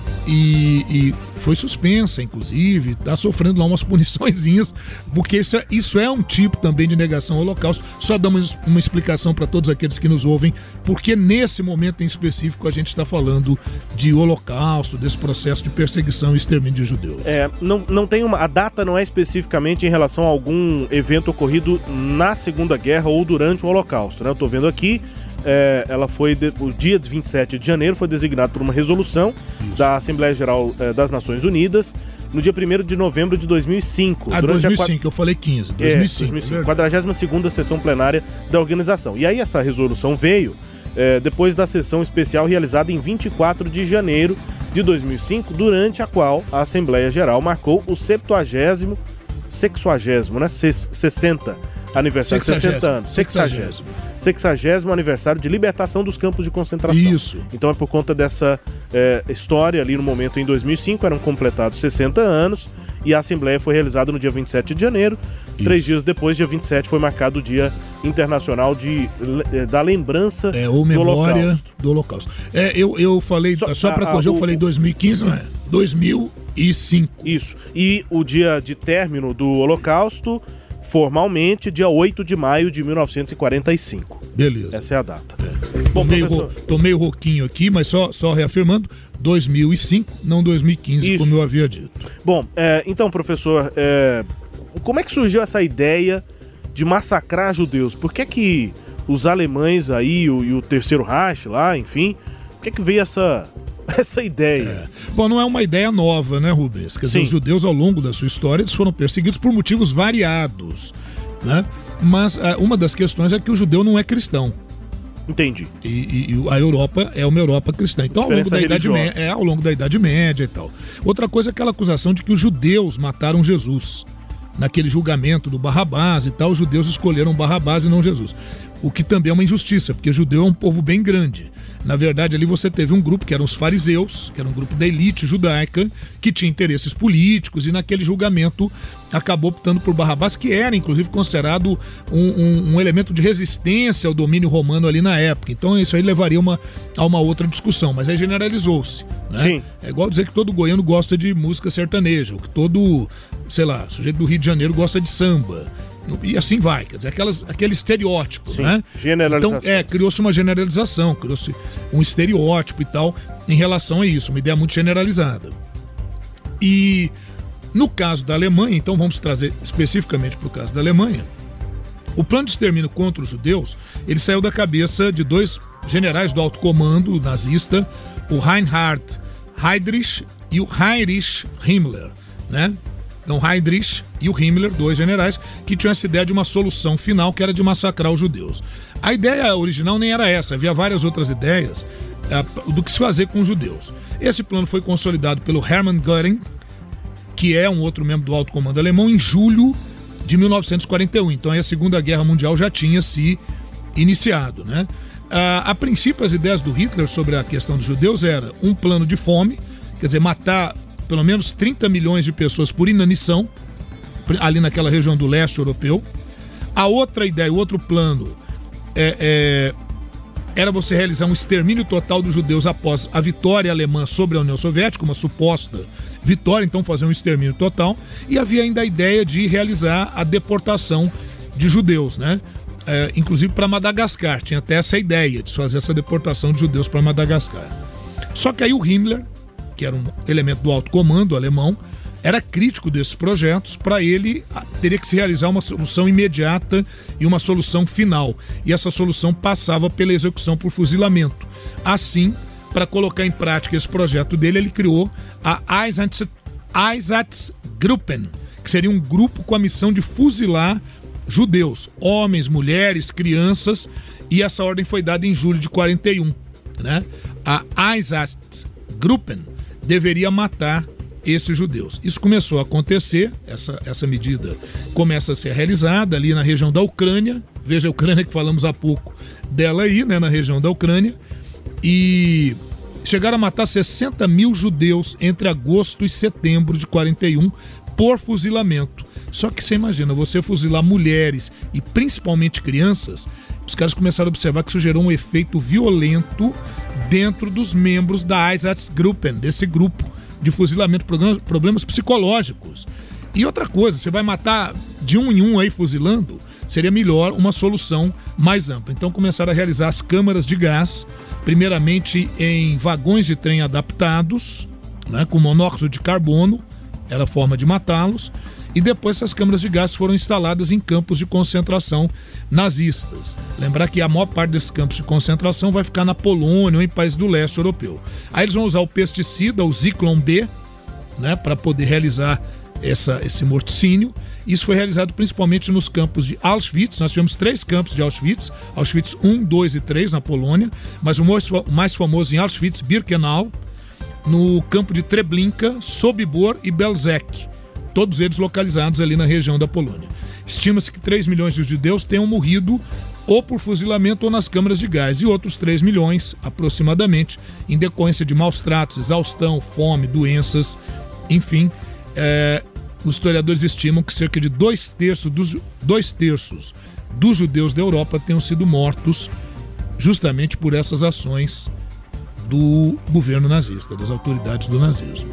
[SPEAKER 4] e foi suspensa, inclusive, está sofrendo lá umas puniçõezinhas, porque isso é um tipo também de negação ao Holocausto. Só damos uma explicação para todos aqueles que nos ouvem, porque nesse momento em específico a gente está falando de Holocausto, desse processo de perseguição e extermínio de judeus.
[SPEAKER 3] Não tem a data não é especificamente em relação a algum evento ocorrido na Segunda Guerra ou durante o Holocausto, né? Eu estou vendo aqui. Ela foi o dia 27 de janeiro foi designado por uma resolução da Assembleia Geral das Nações Unidas no dia 1º de novembro de 2005.
[SPEAKER 4] Durante 2005, eu falei 15, 2005.
[SPEAKER 3] 42ª sessão plenária da organização. E aí essa resolução veio depois da sessão especial realizada em 24 de janeiro de 2005, durante a qual a Assembleia Geral marcou o 60º aniversário, 60 anos, 60º aniversário de libertação dos campos de concentração.
[SPEAKER 4] Isso.
[SPEAKER 3] Então é por conta dessa história ali no momento em 2005, eram completados 60 anos e a Assembleia foi realizada no dia 27 de janeiro. Isso. 3 dias depois, dia 27, foi marcado o Dia Internacional da Lembrança
[SPEAKER 4] ou Memória do Holocausto. Eu falei, só para corrigir, eu falei 2015, não é? 2005.
[SPEAKER 3] Isso. E o dia de término do Holocausto, formalmente, dia 8 de maio de 1945.
[SPEAKER 4] Beleza.
[SPEAKER 3] Essa é a data.
[SPEAKER 4] Bom, tô meio rouquinho aqui, mas só reafirmando, 2005, não 2015, como eu havia dito.
[SPEAKER 3] Bom, então, professor, como é que surgiu essa ideia de massacrar judeus? Por que os alemães aí, e o Terceiro Reich lá, enfim, por que veio essa ideia?
[SPEAKER 4] Bom, não é uma ideia nova, né, Rubens? Quer dizer, os judeus ao longo da sua história eles foram perseguidos por motivos variados, né? Mas uma das questões é que o judeu não é cristão.
[SPEAKER 3] Entendi.
[SPEAKER 4] E a Europa é uma Europa cristã. Então, ao longo da Idade Média e tal. Outra coisa é aquela acusação de que os judeus mataram Jesus. Naquele julgamento do Barrabás e tal, os judeus escolheram Barrabás e não Jesus. O que também é uma injustiça, porque judeu é um povo bem grande. Na verdade, ali você teve um grupo que eram os fariseus, que era um grupo da elite judaica, que tinha interesses políticos, e naquele julgamento acabou optando por Barrabás, que era, inclusive, considerado um elemento de resistência ao domínio romano ali na época. Então, isso aí levaria a uma outra discussão, mas aí generalizou-se, né? Sim. É igual dizer que todo goiano gosta de música sertaneja, ou que todo, sujeito do Rio de Janeiro gosta de samba. E assim vai, quer dizer, aquele estereótipo, sim, né?
[SPEAKER 3] Generalização.
[SPEAKER 4] Então, criou-se uma generalização, criou-se um estereótipo e tal em relação a isso, uma ideia muito generalizada. E no caso da Alemanha, então vamos trazer especificamente para o caso da Alemanha, o plano de extermínio contra os judeus, ele saiu da cabeça de 2 generais do alto comando nazista, o Reinhard Heydrich e o Heinrich Himmler, né? Então, Heydrich e o Himmler, 2 generais, que tinham essa ideia de uma solução final, que era de massacrar os judeus. A ideia original nem era essa, havia várias outras ideias do que se fazer com os judeus. Esse plano foi consolidado pelo Hermann Göring, que é um outro membro do alto comando alemão, em julho de 1941. Então aí a Segunda Guerra Mundial já tinha se iniciado, né? A princípio, as ideias do Hitler sobre a questão dos judeus era um plano de fome, quer dizer, matar pelo menos 30 milhões de pessoas por inanição, ali naquela região do leste europeu. A outra ideia, o outro plano, era você realizar um extermínio total dos judeus após a vitória alemã sobre a União Soviética, uma suposta vitória, então fazer um extermínio total. E havia ainda a ideia de realizar a deportação de judeus, né? Inclusive para Madagascar, tinha até essa ideia de fazer essa deportação de judeus para Madagascar. Só que aí o Himmler, que era um elemento do alto comando alemão, era crítico desses projetos. Para ele, teria que se realizar uma solução imediata e uma solução final. E essa solução passava pela execução por fuzilamento. Assim, para colocar em prática esse projeto dele, ele criou a Einsatzgruppen, que seria um grupo com a missão de fuzilar judeus, homens, mulheres, crianças, e essa ordem foi dada em julho de 41, né? A Einsatzgruppen deveria matar esses judeus. Isso começou a acontecer, essa medida começa a ser realizada ali na região da Ucrânia. Veja a Ucrânia, que falamos há pouco dela aí, né, na região da Ucrânia, e chegaram a matar 60 mil judeus entre agosto e setembro de 41 por fuzilamento. Só que você imagina, você fuzilar mulheres e principalmente crianças, os caras começaram a observar que isso gerou um efeito violento dentro dos membros da Einsatzgruppen, desse grupo de fuzilamento, problemas psicológicos. E outra coisa, você vai matar de um em um aí fuzilando, seria melhor uma solução mais ampla. Então começaram a realizar as câmaras de gás, primeiramente em vagões de trem adaptados, né, com monóxido de carbono, era a forma de matá-los, e depois essas câmaras de gás foram instaladas em campos de concentração nazistas. Lembrar que a maior parte desses campos de concentração vai ficar na Polônia ou em países do leste europeu. Aí eles vão usar o pesticida, o Zyklon B, né, para poder realizar esse morticínio. Isso foi realizado principalmente nos campos de Auschwitz. Nós tivemos 3 campos de Auschwitz, Auschwitz 1, 2 e 3 na Polônia, mas o mais famoso em Auschwitz-Birkenau, no campo de Treblinka, Sobibor e Belzec, todos eles localizados ali na região da Polônia. Estima-se que 3 milhões de judeus tenham morrido ou por fuzilamento ou nas câmaras de gás, e outros 3 milhões, aproximadamente, em decorrência de maus tratos, exaustão, fome, doenças, enfim. Os historiadores estimam que cerca de 2/3 dos judeus da Europa tenham sido mortos justamente por essas ações do governo nazista, das autoridades do nazismo.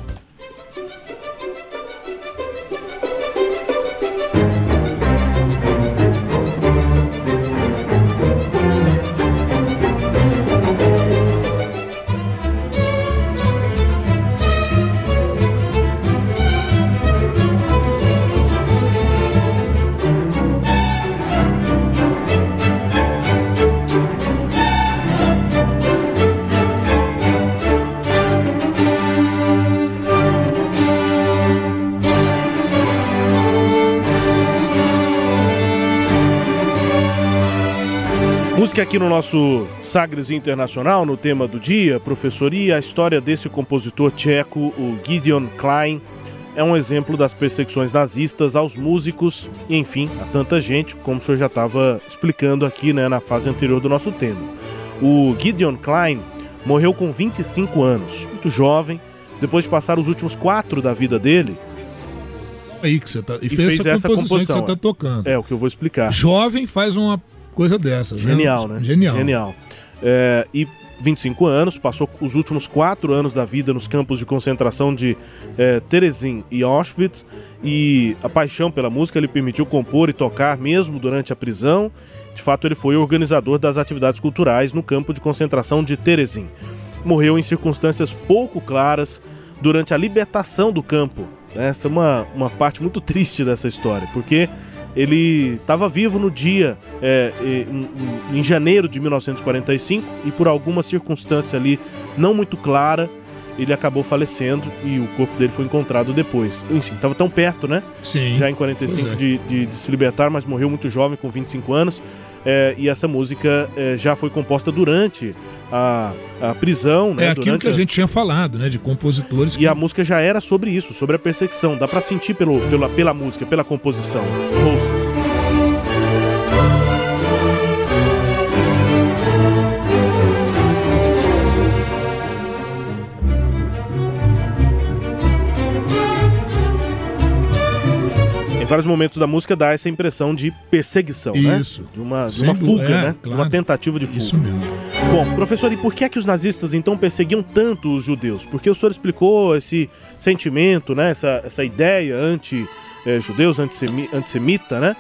[SPEAKER 3] Música aqui no nosso Sagres Internacional, no tema do dia, professor, e a história desse compositor tcheco, o Gideon Klein, é um exemplo das perseguições nazistas aos músicos e, enfim, a tanta gente, como o senhor já estava explicando aqui, né, na fase anterior do nosso tema. O Gideon Klein morreu com 25 anos, muito jovem, depois de passar os últimos 4 da vida dele.
[SPEAKER 4] Aí que você tá, e fez essa composição que você está tocando.
[SPEAKER 3] É o que eu vou explicar.
[SPEAKER 4] Jovem faz uma coisa dessa.
[SPEAKER 3] Genial, né? Genial. E 25 anos, passou os últimos 4 anos da vida nos campos de concentração de Terezin e Auschwitz, e a paixão pela música lhe permitiu compor e tocar mesmo durante a prisão. De fato, ele foi organizador das atividades culturais no campo de concentração de Terezin. Morreu em circunstâncias pouco claras durante a libertação do campo. Essa é uma parte muito triste dessa história, porque ele estava vivo no dia, em janeiro de 1945, e por alguma circunstância ali não muito clara, ele acabou falecendo e o corpo dele foi encontrado depois. Enfim, estava tão perto, né?
[SPEAKER 4] Sim.
[SPEAKER 3] Já em 45 de se libertar, mas morreu muito jovem, com 25 anos. e essa música já foi composta durante a prisão, né?
[SPEAKER 4] É aquilo que a gente tinha falado, né? De compositores.
[SPEAKER 3] E a música já era sobre isso, sobre a perseguição. Dá pra sentir pela música, pela composição. Ouça. Em vários momentos da música dá essa impressão de perseguição,
[SPEAKER 4] isso,
[SPEAKER 3] né? De uma fuga, né?
[SPEAKER 4] Claro.
[SPEAKER 3] De uma tentativa de fuga.
[SPEAKER 4] Isso mesmo.
[SPEAKER 3] Bom, professor, e por que é que os nazistas então perseguiam tanto os judeus? Porque o senhor explicou esse sentimento, né? Essa ideia anti-judeus, antissemita, né?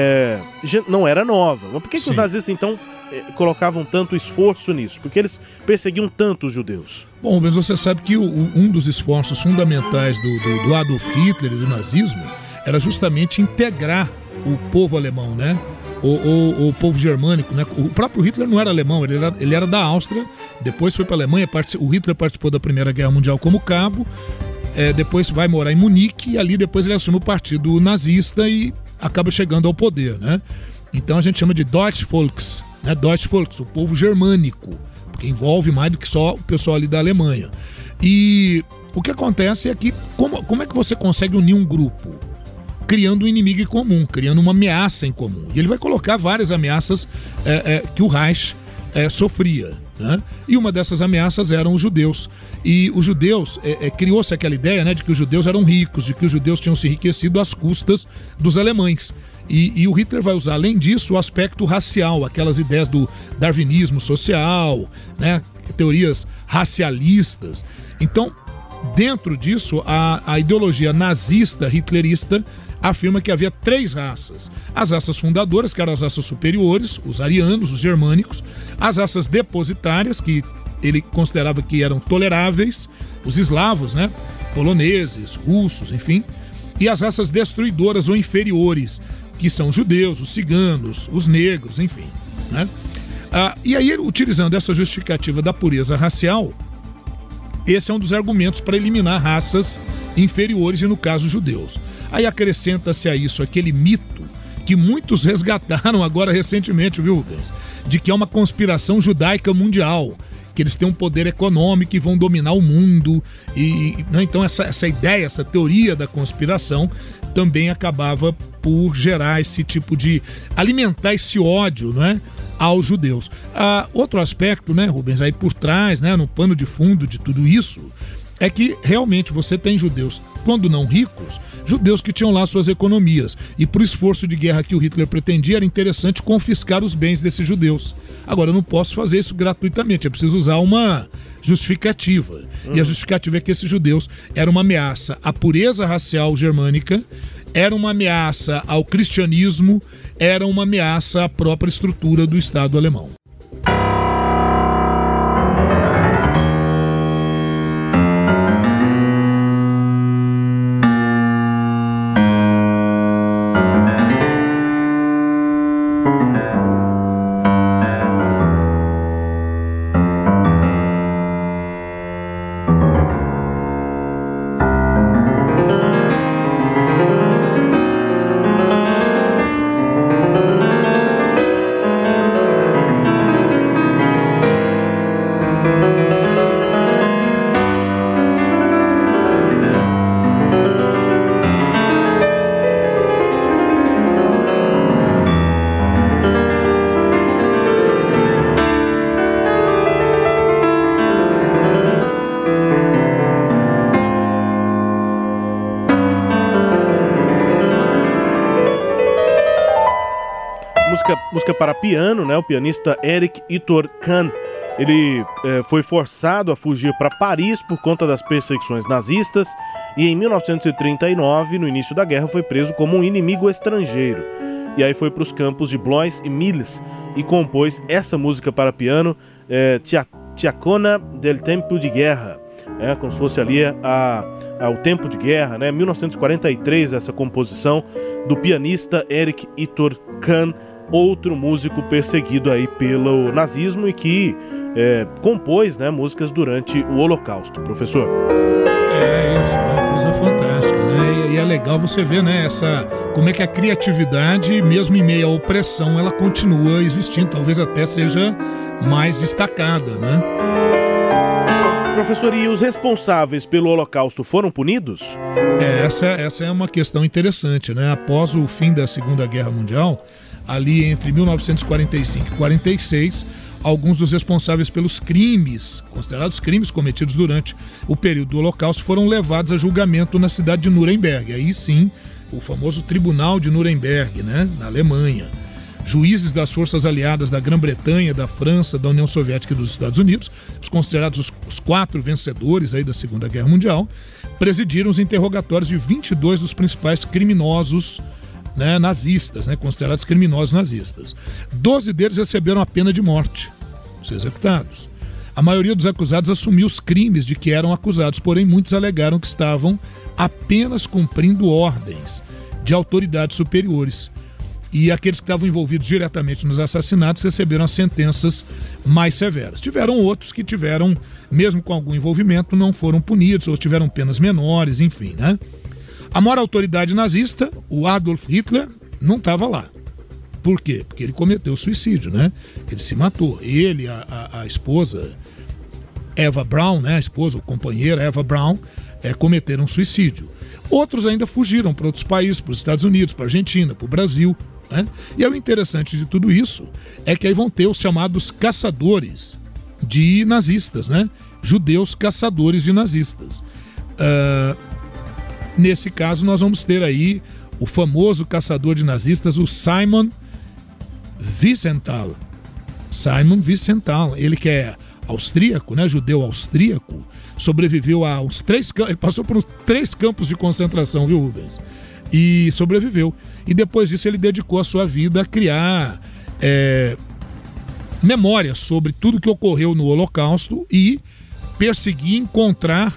[SPEAKER 3] Não era nova. Mas por que os nazistas então colocavam tanto esforço nisso? Porque eles perseguiam tanto os judeus?
[SPEAKER 4] Bom, mas você sabe que um dos esforços fundamentais do Adolf Hitler e do nazismo era justamente integrar o povo alemão, né? O povo germânico, né? O próprio Hitler não era alemão, ele era da Áustria, depois foi para a Alemanha, o Hitler participou da Primeira Guerra Mundial como cabo, depois vai morar em Munique e ali depois ele assume o partido nazista e acaba chegando ao poder, né? Então a gente chama de Deutsche Volks, né? Deutsche Volks, o povo germânico, porque envolve mais do que só o pessoal ali da Alemanha. E o que acontece é que como é que você consegue unir um grupo? Criando um inimigo em comum, criando uma ameaça em comum. E ele vai colocar várias ameaças que o Reich sofria, né? E uma dessas ameaças eram os judeus. E os judeus, criou-se aquela ideia, né, de que os judeus eram ricos, de que os judeus tinham se enriquecido às custas dos alemães. E o Hitler vai usar, além disso, o aspecto racial, aquelas ideias do darwinismo social, né, teorias racialistas. Então, dentro disso, a ideologia nazista, hitlerista, afirma que havia 3 raças. As raças fundadoras, que eram as raças superiores, os arianos, os germânicos, as raças depositárias, que ele considerava que eram toleráveis, os eslavos, né? Poloneses, russos, enfim, e as raças destruidoras ou inferiores, que são os judeus, os ciganos, os negros, enfim, né? E aí, utilizando essa justificativa da pureza racial, esse é um dos argumentos para eliminar raças inferiores, e no caso, judeus. Aí acrescenta-se a isso aquele mito que muitos resgataram agora recentemente, viu, Rubens? De que é uma conspiração judaica mundial, que eles têm um poder econômico e vão dominar o mundo. Né? Então essa ideia, essa teoria da conspiração também acabava por gerar esse tipo de... alimentar esse ódio, né, aos judeus. Outro aspecto, né, Rubens, aí por trás, né, no pano de fundo de tudo isso, é que realmente você tem judeus, quando não ricos, judeus que tinham lá suas economias. E por esforço de guerra que o Hitler pretendia, era interessante confiscar os bens desses judeus. Agora, eu não posso fazer isso gratuitamente, é preciso usar uma justificativa. E a justificativa é que esses judeus eram uma ameaça à pureza racial germânica, era uma ameaça ao cristianismo, era uma ameaça à própria estrutura do Estado alemão.
[SPEAKER 3] Música para piano, né? O pianista Erich Ittor Kahn, ele foi forçado a fugir para Paris por conta das perseguições nazistas e em 1939, no início da guerra, foi preso como um inimigo estrangeiro. E aí foi para os campos de Blois e Milles e compôs essa música para piano, Tiacona del Tempo de Guerra, como se fosse ali ao tempo de guerra, né? 1943, essa composição do pianista Erich Ittor Kahn, outro músico perseguido aí pelo nazismo e que compôs, né, músicas durante o Holocausto, professor.
[SPEAKER 4] É isso, né? Coisa fantástica, né? E é legal você ver, né, como é que a criatividade, mesmo em meio à opressão, ela continua existindo, talvez até seja mais destacada, né?
[SPEAKER 3] Professor, e os responsáveis pelo Holocausto foram punidos?
[SPEAKER 4] Essa é uma questão interessante, né? Após o fim da Segunda Guerra Mundial, ali entre 1945 e 46, alguns dos responsáveis pelos crimes, considerados crimes cometidos durante o período do Holocausto, foram levados a julgamento na cidade de Nuremberg. Aí sim, o famoso Tribunal de Nuremberg, né? Na Alemanha. Juízes das forças aliadas da Grã-Bretanha, da França, da União Soviética e dos Estados Unidos, os considerados os 4 vencedores aí da Segunda Guerra Mundial, presidiram os interrogatórios de 22 dos principais criminosos, né, nazistas, né, considerados criminosos nazistas. 12 deles receberam a pena de morte, os executados. A maioria dos acusados assumiu os crimes de que eram acusados, porém muitos alegaram que estavam apenas cumprindo ordens de autoridades superiores. E aqueles que estavam envolvidos diretamente nos assassinatos receberam as sentenças mais severas. Tiveram outros que tiveram, mesmo com algum envolvimento, não foram punidos ou tiveram penas menores, enfim, né? A maior autoridade nazista, o Adolf Hitler, não estava lá. Por quê? Porque ele cometeu suicídio, né? Ele se matou. Ele, a esposa Eva Braun, né? A esposa, o companheiro Eva Braun, cometeram suicídio. Outros ainda fugiram para outros países, para os Estados Unidos, para a Argentina, para o Brasil, né? E o interessante de tudo isso é que aí vão ter os chamados caçadores de nazistas, né? Judeus caçadores de nazistas. Nesse caso, nós vamos ter aí o famoso caçador de nazistas, o Simon Wiesenthal. Simon Wiesenthal, ele que é austríaco, né? Judeu austríaco, sobreviveu a uns 3 campos, ele passou por uns 3 campos de concentração, viu, Rubens? E sobreviveu. E depois disso ele dedicou a sua vida a criar memórias sobre tudo que ocorreu no Holocausto e perseguir, encontrar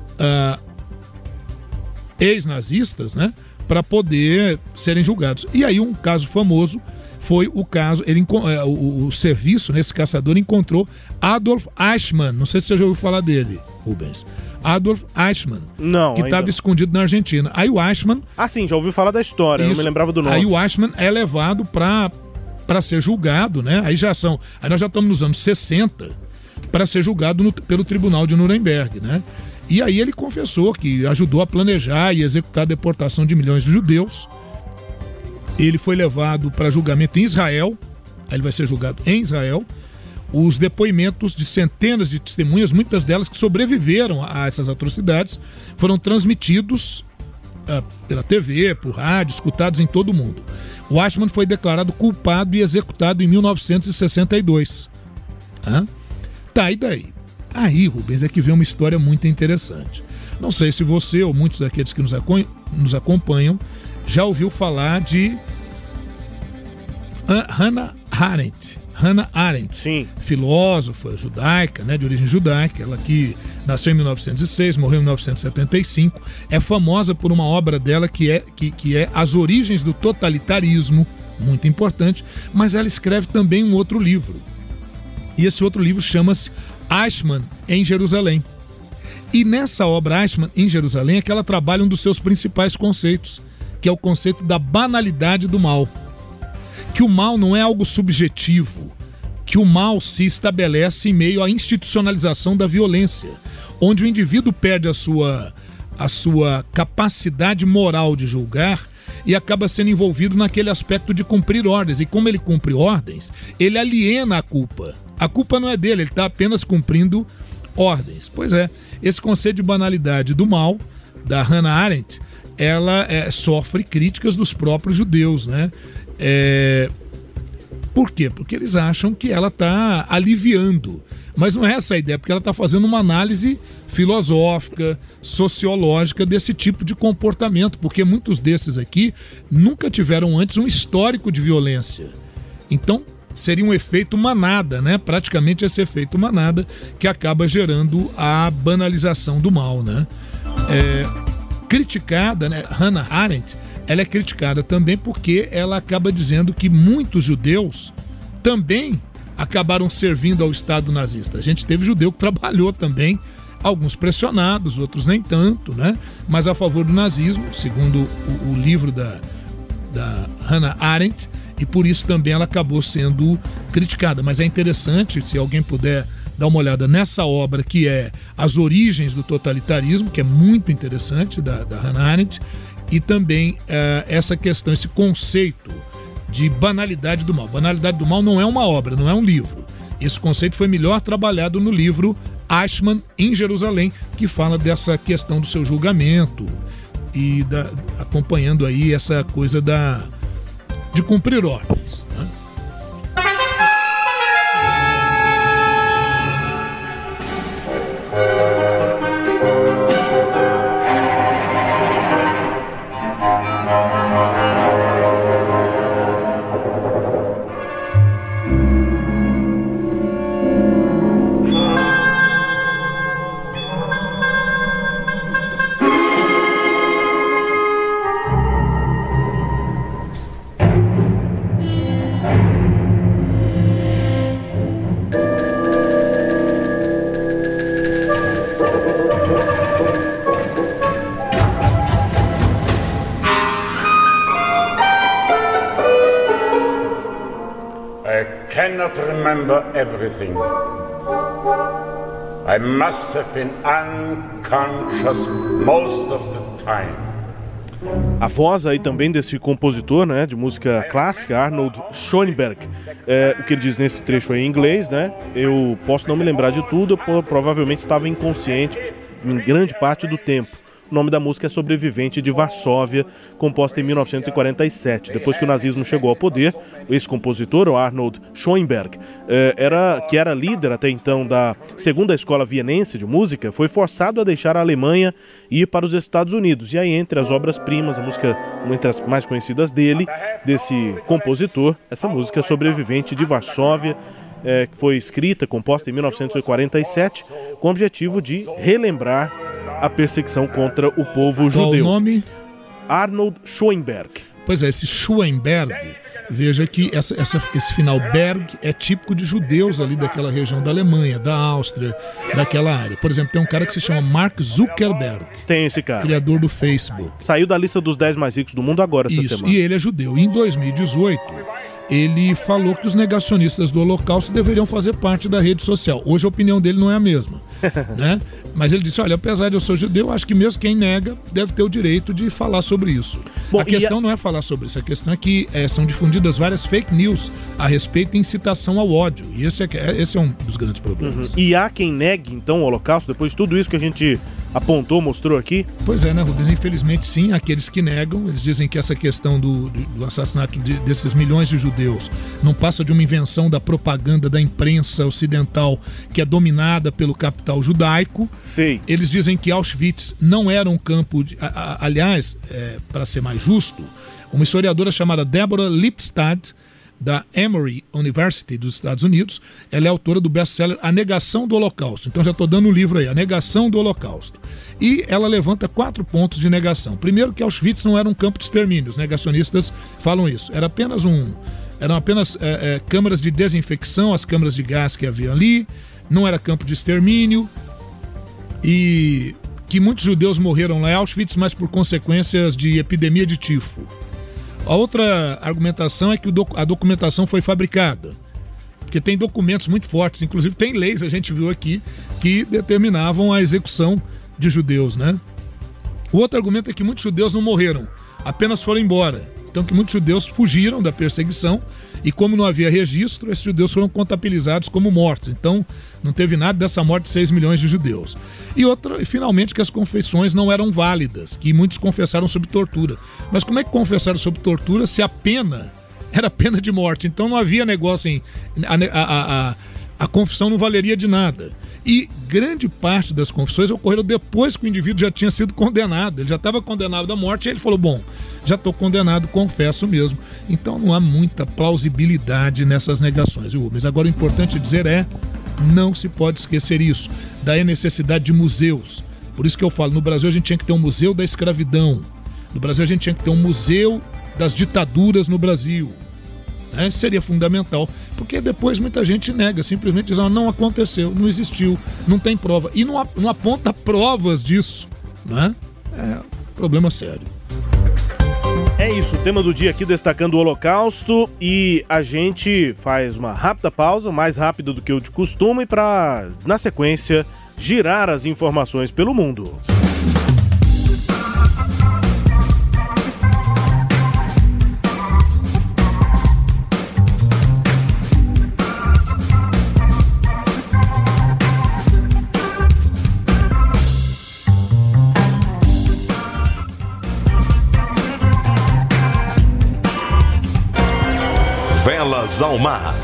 [SPEAKER 4] ex-nazistas, né, para poder serem julgados. E aí um caso famoso foi o caso, o serviço, nesse caçador, encontrou Adolf Eichmann. Não sei se você já ouviu falar dele, Rubens. Adolf Eichmann,
[SPEAKER 3] não,
[SPEAKER 4] que estava escondido na Argentina. Aí o Eichmann...
[SPEAKER 3] Ah, sim, já ouvi falar da história, não me lembrava do nome.
[SPEAKER 4] Aí o Eichmann é levado para ser julgado, né? Aí nós já estamos nos anos 60, para ser julgado pelo Tribunal de Nuremberg, né? E aí ele confessou que ajudou a planejar e executar a deportação de milhões de judeus. Ele foi levado para julgamento em Israel, aí ele vai ser julgado em Israel. Os depoimentos de centenas de testemunhas, muitas delas que sobreviveram a essas atrocidades, foram transmitidos pela TV, por rádio, escutados em todo o mundo. O Eichmann foi declarado culpado e executado em 1962. Tá, e daí? Aí, Rubens, é que vem uma história muito interessante. Não sei se você ou muitos daqueles que nos acompanham já ouviu falar de Hannah Arendt. Hannah Arendt,
[SPEAKER 3] sim,
[SPEAKER 4] filósofa judaica, né, de origem judaica, ela que nasceu em 1906, morreu em 1975, é famosa por uma obra dela que é As Origens do Totalitarismo, muito importante, mas ela escreve também um outro livro. E esse outro livro chama-se Eichmann em Jerusalém. E nessa obra Eichmann em Jerusalém é que ela trabalha um dos seus principais conceitos, que é o conceito da banalidade do mal. Que o mal não é algo subjetivo, que o mal se estabelece em meio à institucionalização da violência, onde o indivíduo perde a sua capacidade moral de julgar e acaba sendo envolvido naquele aspecto de cumprir ordens. E como ele cumpre ordens, ele aliena a culpa. A culpa não é dele, ele está apenas cumprindo ordens. Pois é, esse conceito de banalidade do mal, da Hannah Arendt, ela sofre críticas dos próprios judeus, né? Por quê? Porque eles acham que ela está aliviando. Mas não é essa a ideia, porque ela está fazendo uma análise filosófica, sociológica desse tipo de comportamento, porque muitos desses aqui nunca tiveram antes um histórico de violência. Então, seria um efeito manada, né? Praticamente esse efeito manada que acaba gerando a banalização do mal, né? Criticada, né? Hannah Arendt, ela é criticada também porque ela acaba dizendo que muitos judeus também acabaram servindo ao Estado nazista. A gente teve judeu que trabalhou também, alguns pressionados, outros nem tanto, né? Mas a favor do nazismo, segundo o livro da Hannah Arendt, e por isso também ela acabou sendo criticada. Mas é interessante, se alguém puder dar uma olhada nessa obra, que é As Origens do Totalitarismo, que é muito interessante, da Hannah Arendt, e também essa questão, esse conceito de banalidade do mal. Banalidade do mal não é uma obra, não é um livro. Esse conceito foi melhor trabalhado no livro Eichmann, em Jerusalém, que fala dessa questão do seu julgamento e acompanhando aí essa coisa de cumprir ordens, né?
[SPEAKER 9] Remember everything. I must have been unconscious most of the time.
[SPEAKER 3] A voz aí também desse compositor, né, de música clássica, Arnold Schoenberg. O que ele diz nesse trecho aí em inglês, né? Eu posso não me lembrar de tudo, eu provavelmente estava inconsciente em grande parte do tempo. O nome da música é Sobrevivente de Varsóvia, composta em 1947. Depois que o nazismo chegou ao poder, esse compositor, o Arnold Schoenberg, que era líder até então da segunda escola vienense de música, foi forçado a deixar a Alemanha e ir para os Estados Unidos. E aí, entre as obras-primas, a música, uma entre as mais conhecidas dele, desse compositor, essa música Sobrevivente de Varsóvia, que foi escrita, composta em 1947, com o objetivo de relembrar a perseguição contra o povo judeu.
[SPEAKER 4] Qual o nome?
[SPEAKER 3] Arnold Schoenberg.
[SPEAKER 4] Pois é, esse Schoenberg, veja que esse final Berg é típico de judeus ali daquela região da Alemanha, da Áustria, daquela área. Por exemplo, tem um cara que se chama Mark Zuckerberg.
[SPEAKER 3] Tem esse cara.
[SPEAKER 4] Criador do Facebook.
[SPEAKER 3] Saiu da lista dos 10 mais ricos do mundo agora, essa semana.
[SPEAKER 4] E ele é judeu. E em 2018, ele falou que os negacionistas do Holocausto deveriam fazer parte da rede social. Hoje a opinião dele não é a mesma, né? Mas ele disse, olha, apesar de eu ser judeu, acho que mesmo quem nega deve ter o direito de falar sobre isso. Bom, a questão não é falar sobre isso, a questão é que são difundidas várias fake news a respeito de incitação ao ódio. E esse é um dos grandes problemas.
[SPEAKER 3] Uhum. E há quem negue, então, o Holocausto, depois de tudo isso que a gente apontou, mostrou aqui?
[SPEAKER 4] Pois é, né, Rubens? Infelizmente, sim, aqueles que negam, eles dizem que essa questão do assassinato desses milhões de judeus não passa de uma invenção da propaganda da imprensa ocidental que é dominada pelo capital judaico.
[SPEAKER 3] Sim.
[SPEAKER 4] Eles dizem que Auschwitz não era um campo de... Aliás, para ser mais justo, uma historiadora chamada Deborah Lipstadt, da Emory University dos Estados Unidos, ela é autora do best-seller A Negação do Holocausto. Então já estou dando um livro aí, A Negação do Holocausto. E ela levanta 4 pontos de negação. Primeiro, que Auschwitz não era um campo de extermínio. Os negacionistas falam isso. Eram apenas câmaras de desinfecção, as câmaras de gás que havia ali. Não era campo de extermínio. E que muitos judeus morreram lá em Auschwitz, mas por consequências de epidemia de tifo. A outra argumentação é que a documentação foi fabricada, porque tem documentos muito fortes, inclusive tem leis, a gente viu aqui, que determinavam a execução de judeus, né? O outro argumento é que muitos judeus não morreram, apenas foram embora. Então que muitos judeus fugiram da perseguição e como não havia registro, esses judeus foram contabilizados como mortos. Então não teve nada dessa morte de 6 milhões de judeus. E finalmente, que as confissões não eram válidas, que muitos confessaram sob tortura. Mas como é que confessaram sob tortura se a pena era pena de morte? Então não havia negócio em... A confissão não valeria de nada. E grande parte das confissões ocorreram depois que o indivíduo já tinha sido condenado. Ele já estava condenado à morte e ele falou, bom, já estou condenado, confesso mesmo. Então não há muita plausibilidade nessas negações. Mas agora o importante dizer não se pode esquecer isso. Daí a necessidade de museus. Por isso que eu falo, no Brasil a gente tinha que ter um museu da escravidão. No Brasil a gente tinha que ter um museu das ditaduras no Brasil. né? Seria fundamental, porque depois muita gente nega, simplesmente diz, não aconteceu, não existiu, não tem prova, e não aponta provas disso, né? É problema sério.
[SPEAKER 3] É isso, o tema do dia aqui destacando o Holocausto, e a gente faz uma rápida pausa, mais rápida do que o de costume, para, na sequência, girar as informações pelo mundo.
[SPEAKER 1] Velas ao mar.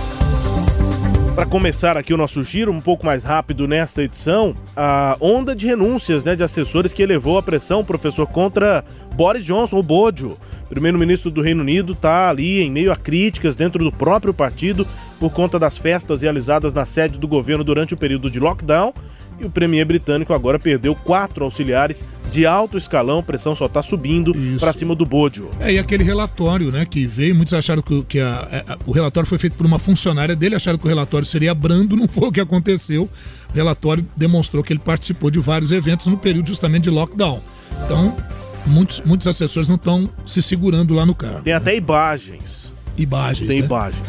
[SPEAKER 3] Para começar aqui o nosso giro, um pouco mais rápido nesta edição, a onda de renúncias, de assessores que elevou a pressão, professor, contra Boris Johnson, o Bojo. Primeiro-ministro do Reino Unido está ali em meio a críticas dentro do próprio partido por conta das festas realizadas na sede do governo durante o período de lockdown. E o premier britânico agora perdeu 4 auxiliares de alto escalão, a pressão só está subindo para cima do Bojo.
[SPEAKER 4] E aquele relatório, que veio, muitos acharam que o relatório foi feito por uma funcionária dele, acharam que o relatório seria brando, não foi o que aconteceu. O relatório demonstrou que ele participou de vários eventos no período justamente de lockdown. Então, muitos assessores não estão se segurando lá no cargo.
[SPEAKER 3] Tem até imagens.
[SPEAKER 4] Tem
[SPEAKER 3] imagens.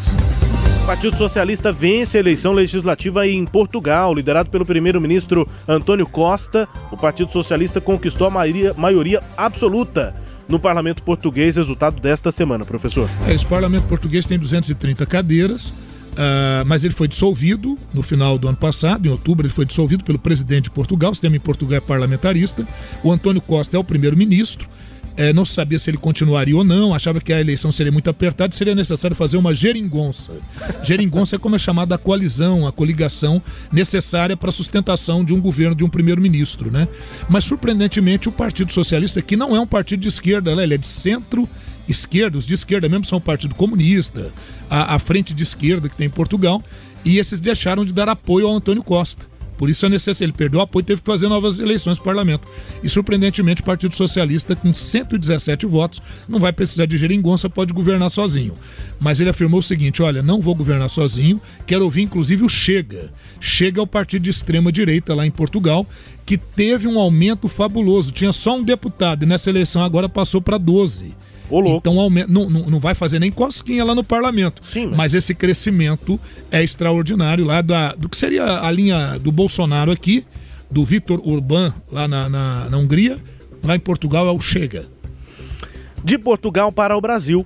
[SPEAKER 3] O Partido Socialista vence a eleição legislativa em Portugal, liderado pelo primeiro-ministro António Costa. O Partido Socialista conquistou a maioria absoluta no parlamento português, resultado desta semana, professor.
[SPEAKER 4] Esse parlamento português tem 230 cadeiras, mas ele foi dissolvido no final do ano passado, em outubro, ele foi dissolvido pelo presidente de Portugal. O sistema em Portugal é parlamentarista. O António Costa é o primeiro-ministro. Não se sabia se ele continuaria ou não, achava que a eleição seria muito apertada e seria necessário fazer uma geringonça. Geringonça é como é chamada a coalizão, a coligação necessária para a sustentação de um governo, de um primeiro-ministro, né? Mas, surpreendentemente, o Partido Socialista, que não é um partido de esquerda, ele é de centro-esquerda, os de esquerda mesmo são o Partido Comunista, a Frente de Esquerda que tem em Portugal, e esses deixaram de dar apoio ao António Costa. Por isso ele perdeu o apoio e teve que fazer novas eleições para o parlamento. E, surpreendentemente, o Partido Socialista, com 117 votos, não vai precisar de geringonça, pode governar sozinho. Mas ele afirmou o seguinte: olha, não vou governar sozinho, quero ouvir inclusive o Chega. Chega é o partido de extrema-direita lá em Portugal, que teve um aumento fabuloso. Tinha só um deputado e nessa eleição agora passou para 12. Então não vai fazer nem cosquinha lá no parlamento.
[SPEAKER 3] Sim,
[SPEAKER 4] mas esse crescimento é extraordinário lá do que seria a linha do Bolsonaro aqui, do Viktor Orbán lá na Hungria. Lá em Portugal é o Chega.
[SPEAKER 3] De Portugal para o Brasil.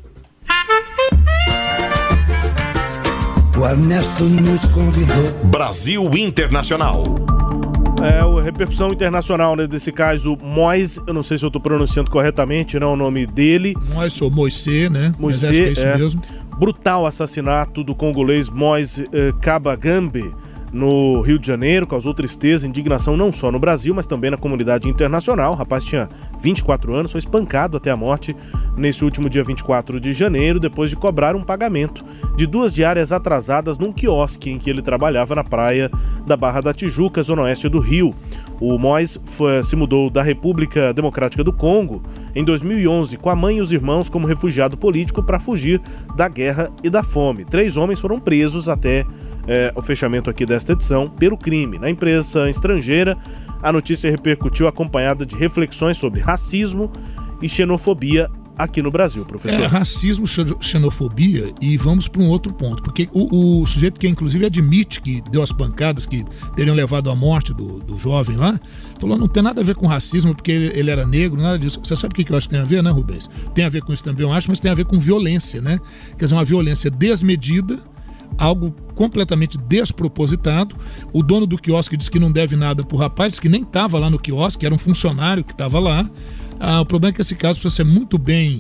[SPEAKER 10] O Ernesto nos convidou.
[SPEAKER 1] Brasil Internacional.
[SPEAKER 3] A repercussão internacional, desse caso, Moise, eu não sei se eu estou pronunciando corretamente, o nome dele.
[SPEAKER 4] Moise, né?
[SPEAKER 3] Moise,
[SPEAKER 4] é isso mesmo.
[SPEAKER 3] Brutal assassinato do congolês Moise Kabagambe no Rio de Janeiro, causou tristeza e indignação não só no Brasil, mas também na comunidade internacional. O rapaz tinha 24 anos, foi espancado até a morte nesse último dia 24 de janeiro, depois de cobrar um pagamento de 2 diárias atrasadas num quiosque em que ele trabalhava na praia da Barra da Tijuca, zona oeste do Rio. O Moise se mudou da República Democrática do Congo em 2011 com a mãe e os irmãos como refugiado político para fugir da guerra e da fome. 3 homens foram presos até o fechamento aqui desta edição pelo crime. Na imprensa estrangeira, a notícia repercutiu acompanhada de reflexões sobre racismo e xenofobia aqui no Brasil, professor.
[SPEAKER 4] Racismo, xenofobia, e vamos para um outro ponto, porque o sujeito que inclusive admite que deu as pancadas que teriam levado à morte do jovem lá, falou não tem nada a ver com racismo porque ele era negro, nada disso. Você sabe o que eu acho que tem a ver, né, Rubens? Tem a ver com isso também, eu acho, mas tem a ver com violência, né? Quer dizer, uma violência desmedida, algo completamente despropositado. O dono do quiosque disse que não deve nada pro rapaz, que nem estava lá no quiosque, era um funcionário que estava lá. O problema é que esse caso precisa ser muito bem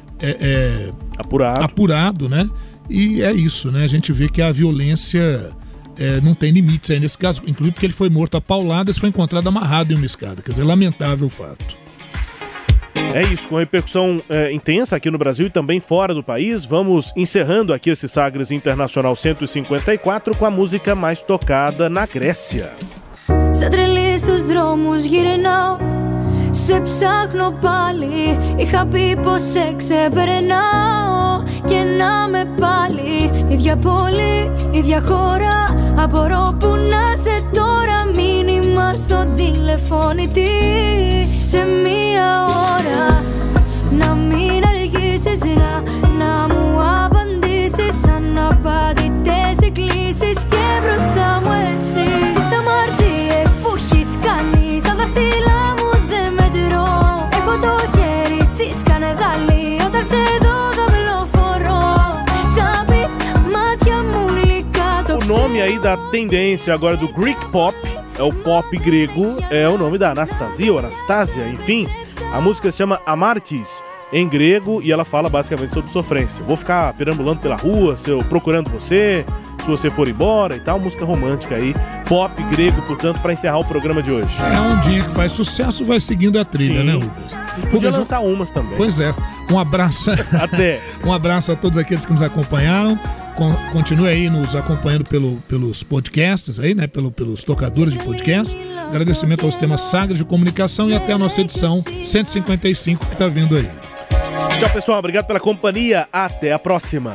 [SPEAKER 4] apurado, né? E é isso, né? A gente vê que a violência não tem limites aí nesse caso, inclusive porque ele foi morto a pauladas, foi encontrado amarrado em uma escada. Quer dizer, lamentável o fato.
[SPEAKER 3] É isso, com repercussão intensa aqui no Brasil e também fora do país. Vamos encerrando aqui esse Sagres Internacional 154 com a música mais tocada na Grécia.
[SPEAKER 11] Σε ψάχνω πάλι, είχα πει πως σε ξεπερνάω. Και να με πάλι, ίδια πόλη, ίδια χώρα. Απορώ που να σε τώρα, μήνυμα στο τηλεφώνητη. Σε μία ώρα, να μην αργήσεις να μου απαντήσεις. Αναπαντητές εκκλήσεις και μπροστά μου εσύ. Τις αμαρτίες που έχεις κάνει, στα δάχτυλά μου δεν μετρώ. Έχω το χέρι στη σκανεδάλη, όταν σε δω δαυλοφορώ. Θα πεις μάτια μου γλυκά το
[SPEAKER 3] O nome aí da tendência agora do Greek Pop, é o pop grego, é o nome da Anastasia ou Anastasia, enfim. A música se chama Amartis, em grego, e ela fala basicamente sobre sofrência. Vou ficar perambulando pela rua, procurando você, se você for embora e tal. Música romântica aí, pop grego, portanto, para encerrar o programa de hoje.
[SPEAKER 4] É um dia que faz sucesso, vai seguindo a trilha, né, Rubens?
[SPEAKER 3] Podia lançar umas também.
[SPEAKER 4] Pois é. Um abraço.
[SPEAKER 3] Até.
[SPEAKER 4] Um abraço a todos aqueles que nos acompanharam. Continue aí nos acompanhando pelos podcasts aí, né? Pelos tocadores de podcast. Agradecimento ao Sistema Sagres de Comunicação e até a nossa edição 155 que tá vindo aí.
[SPEAKER 3] Tchau, pessoal. Obrigado pela companhia. Até a próxima.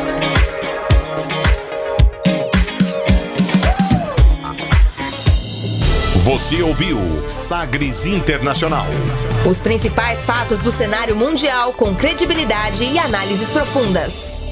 [SPEAKER 1] Você ouviu Sagres Internacional.
[SPEAKER 2] Os principais fatos do cenário mundial com credibilidade e análises profundas.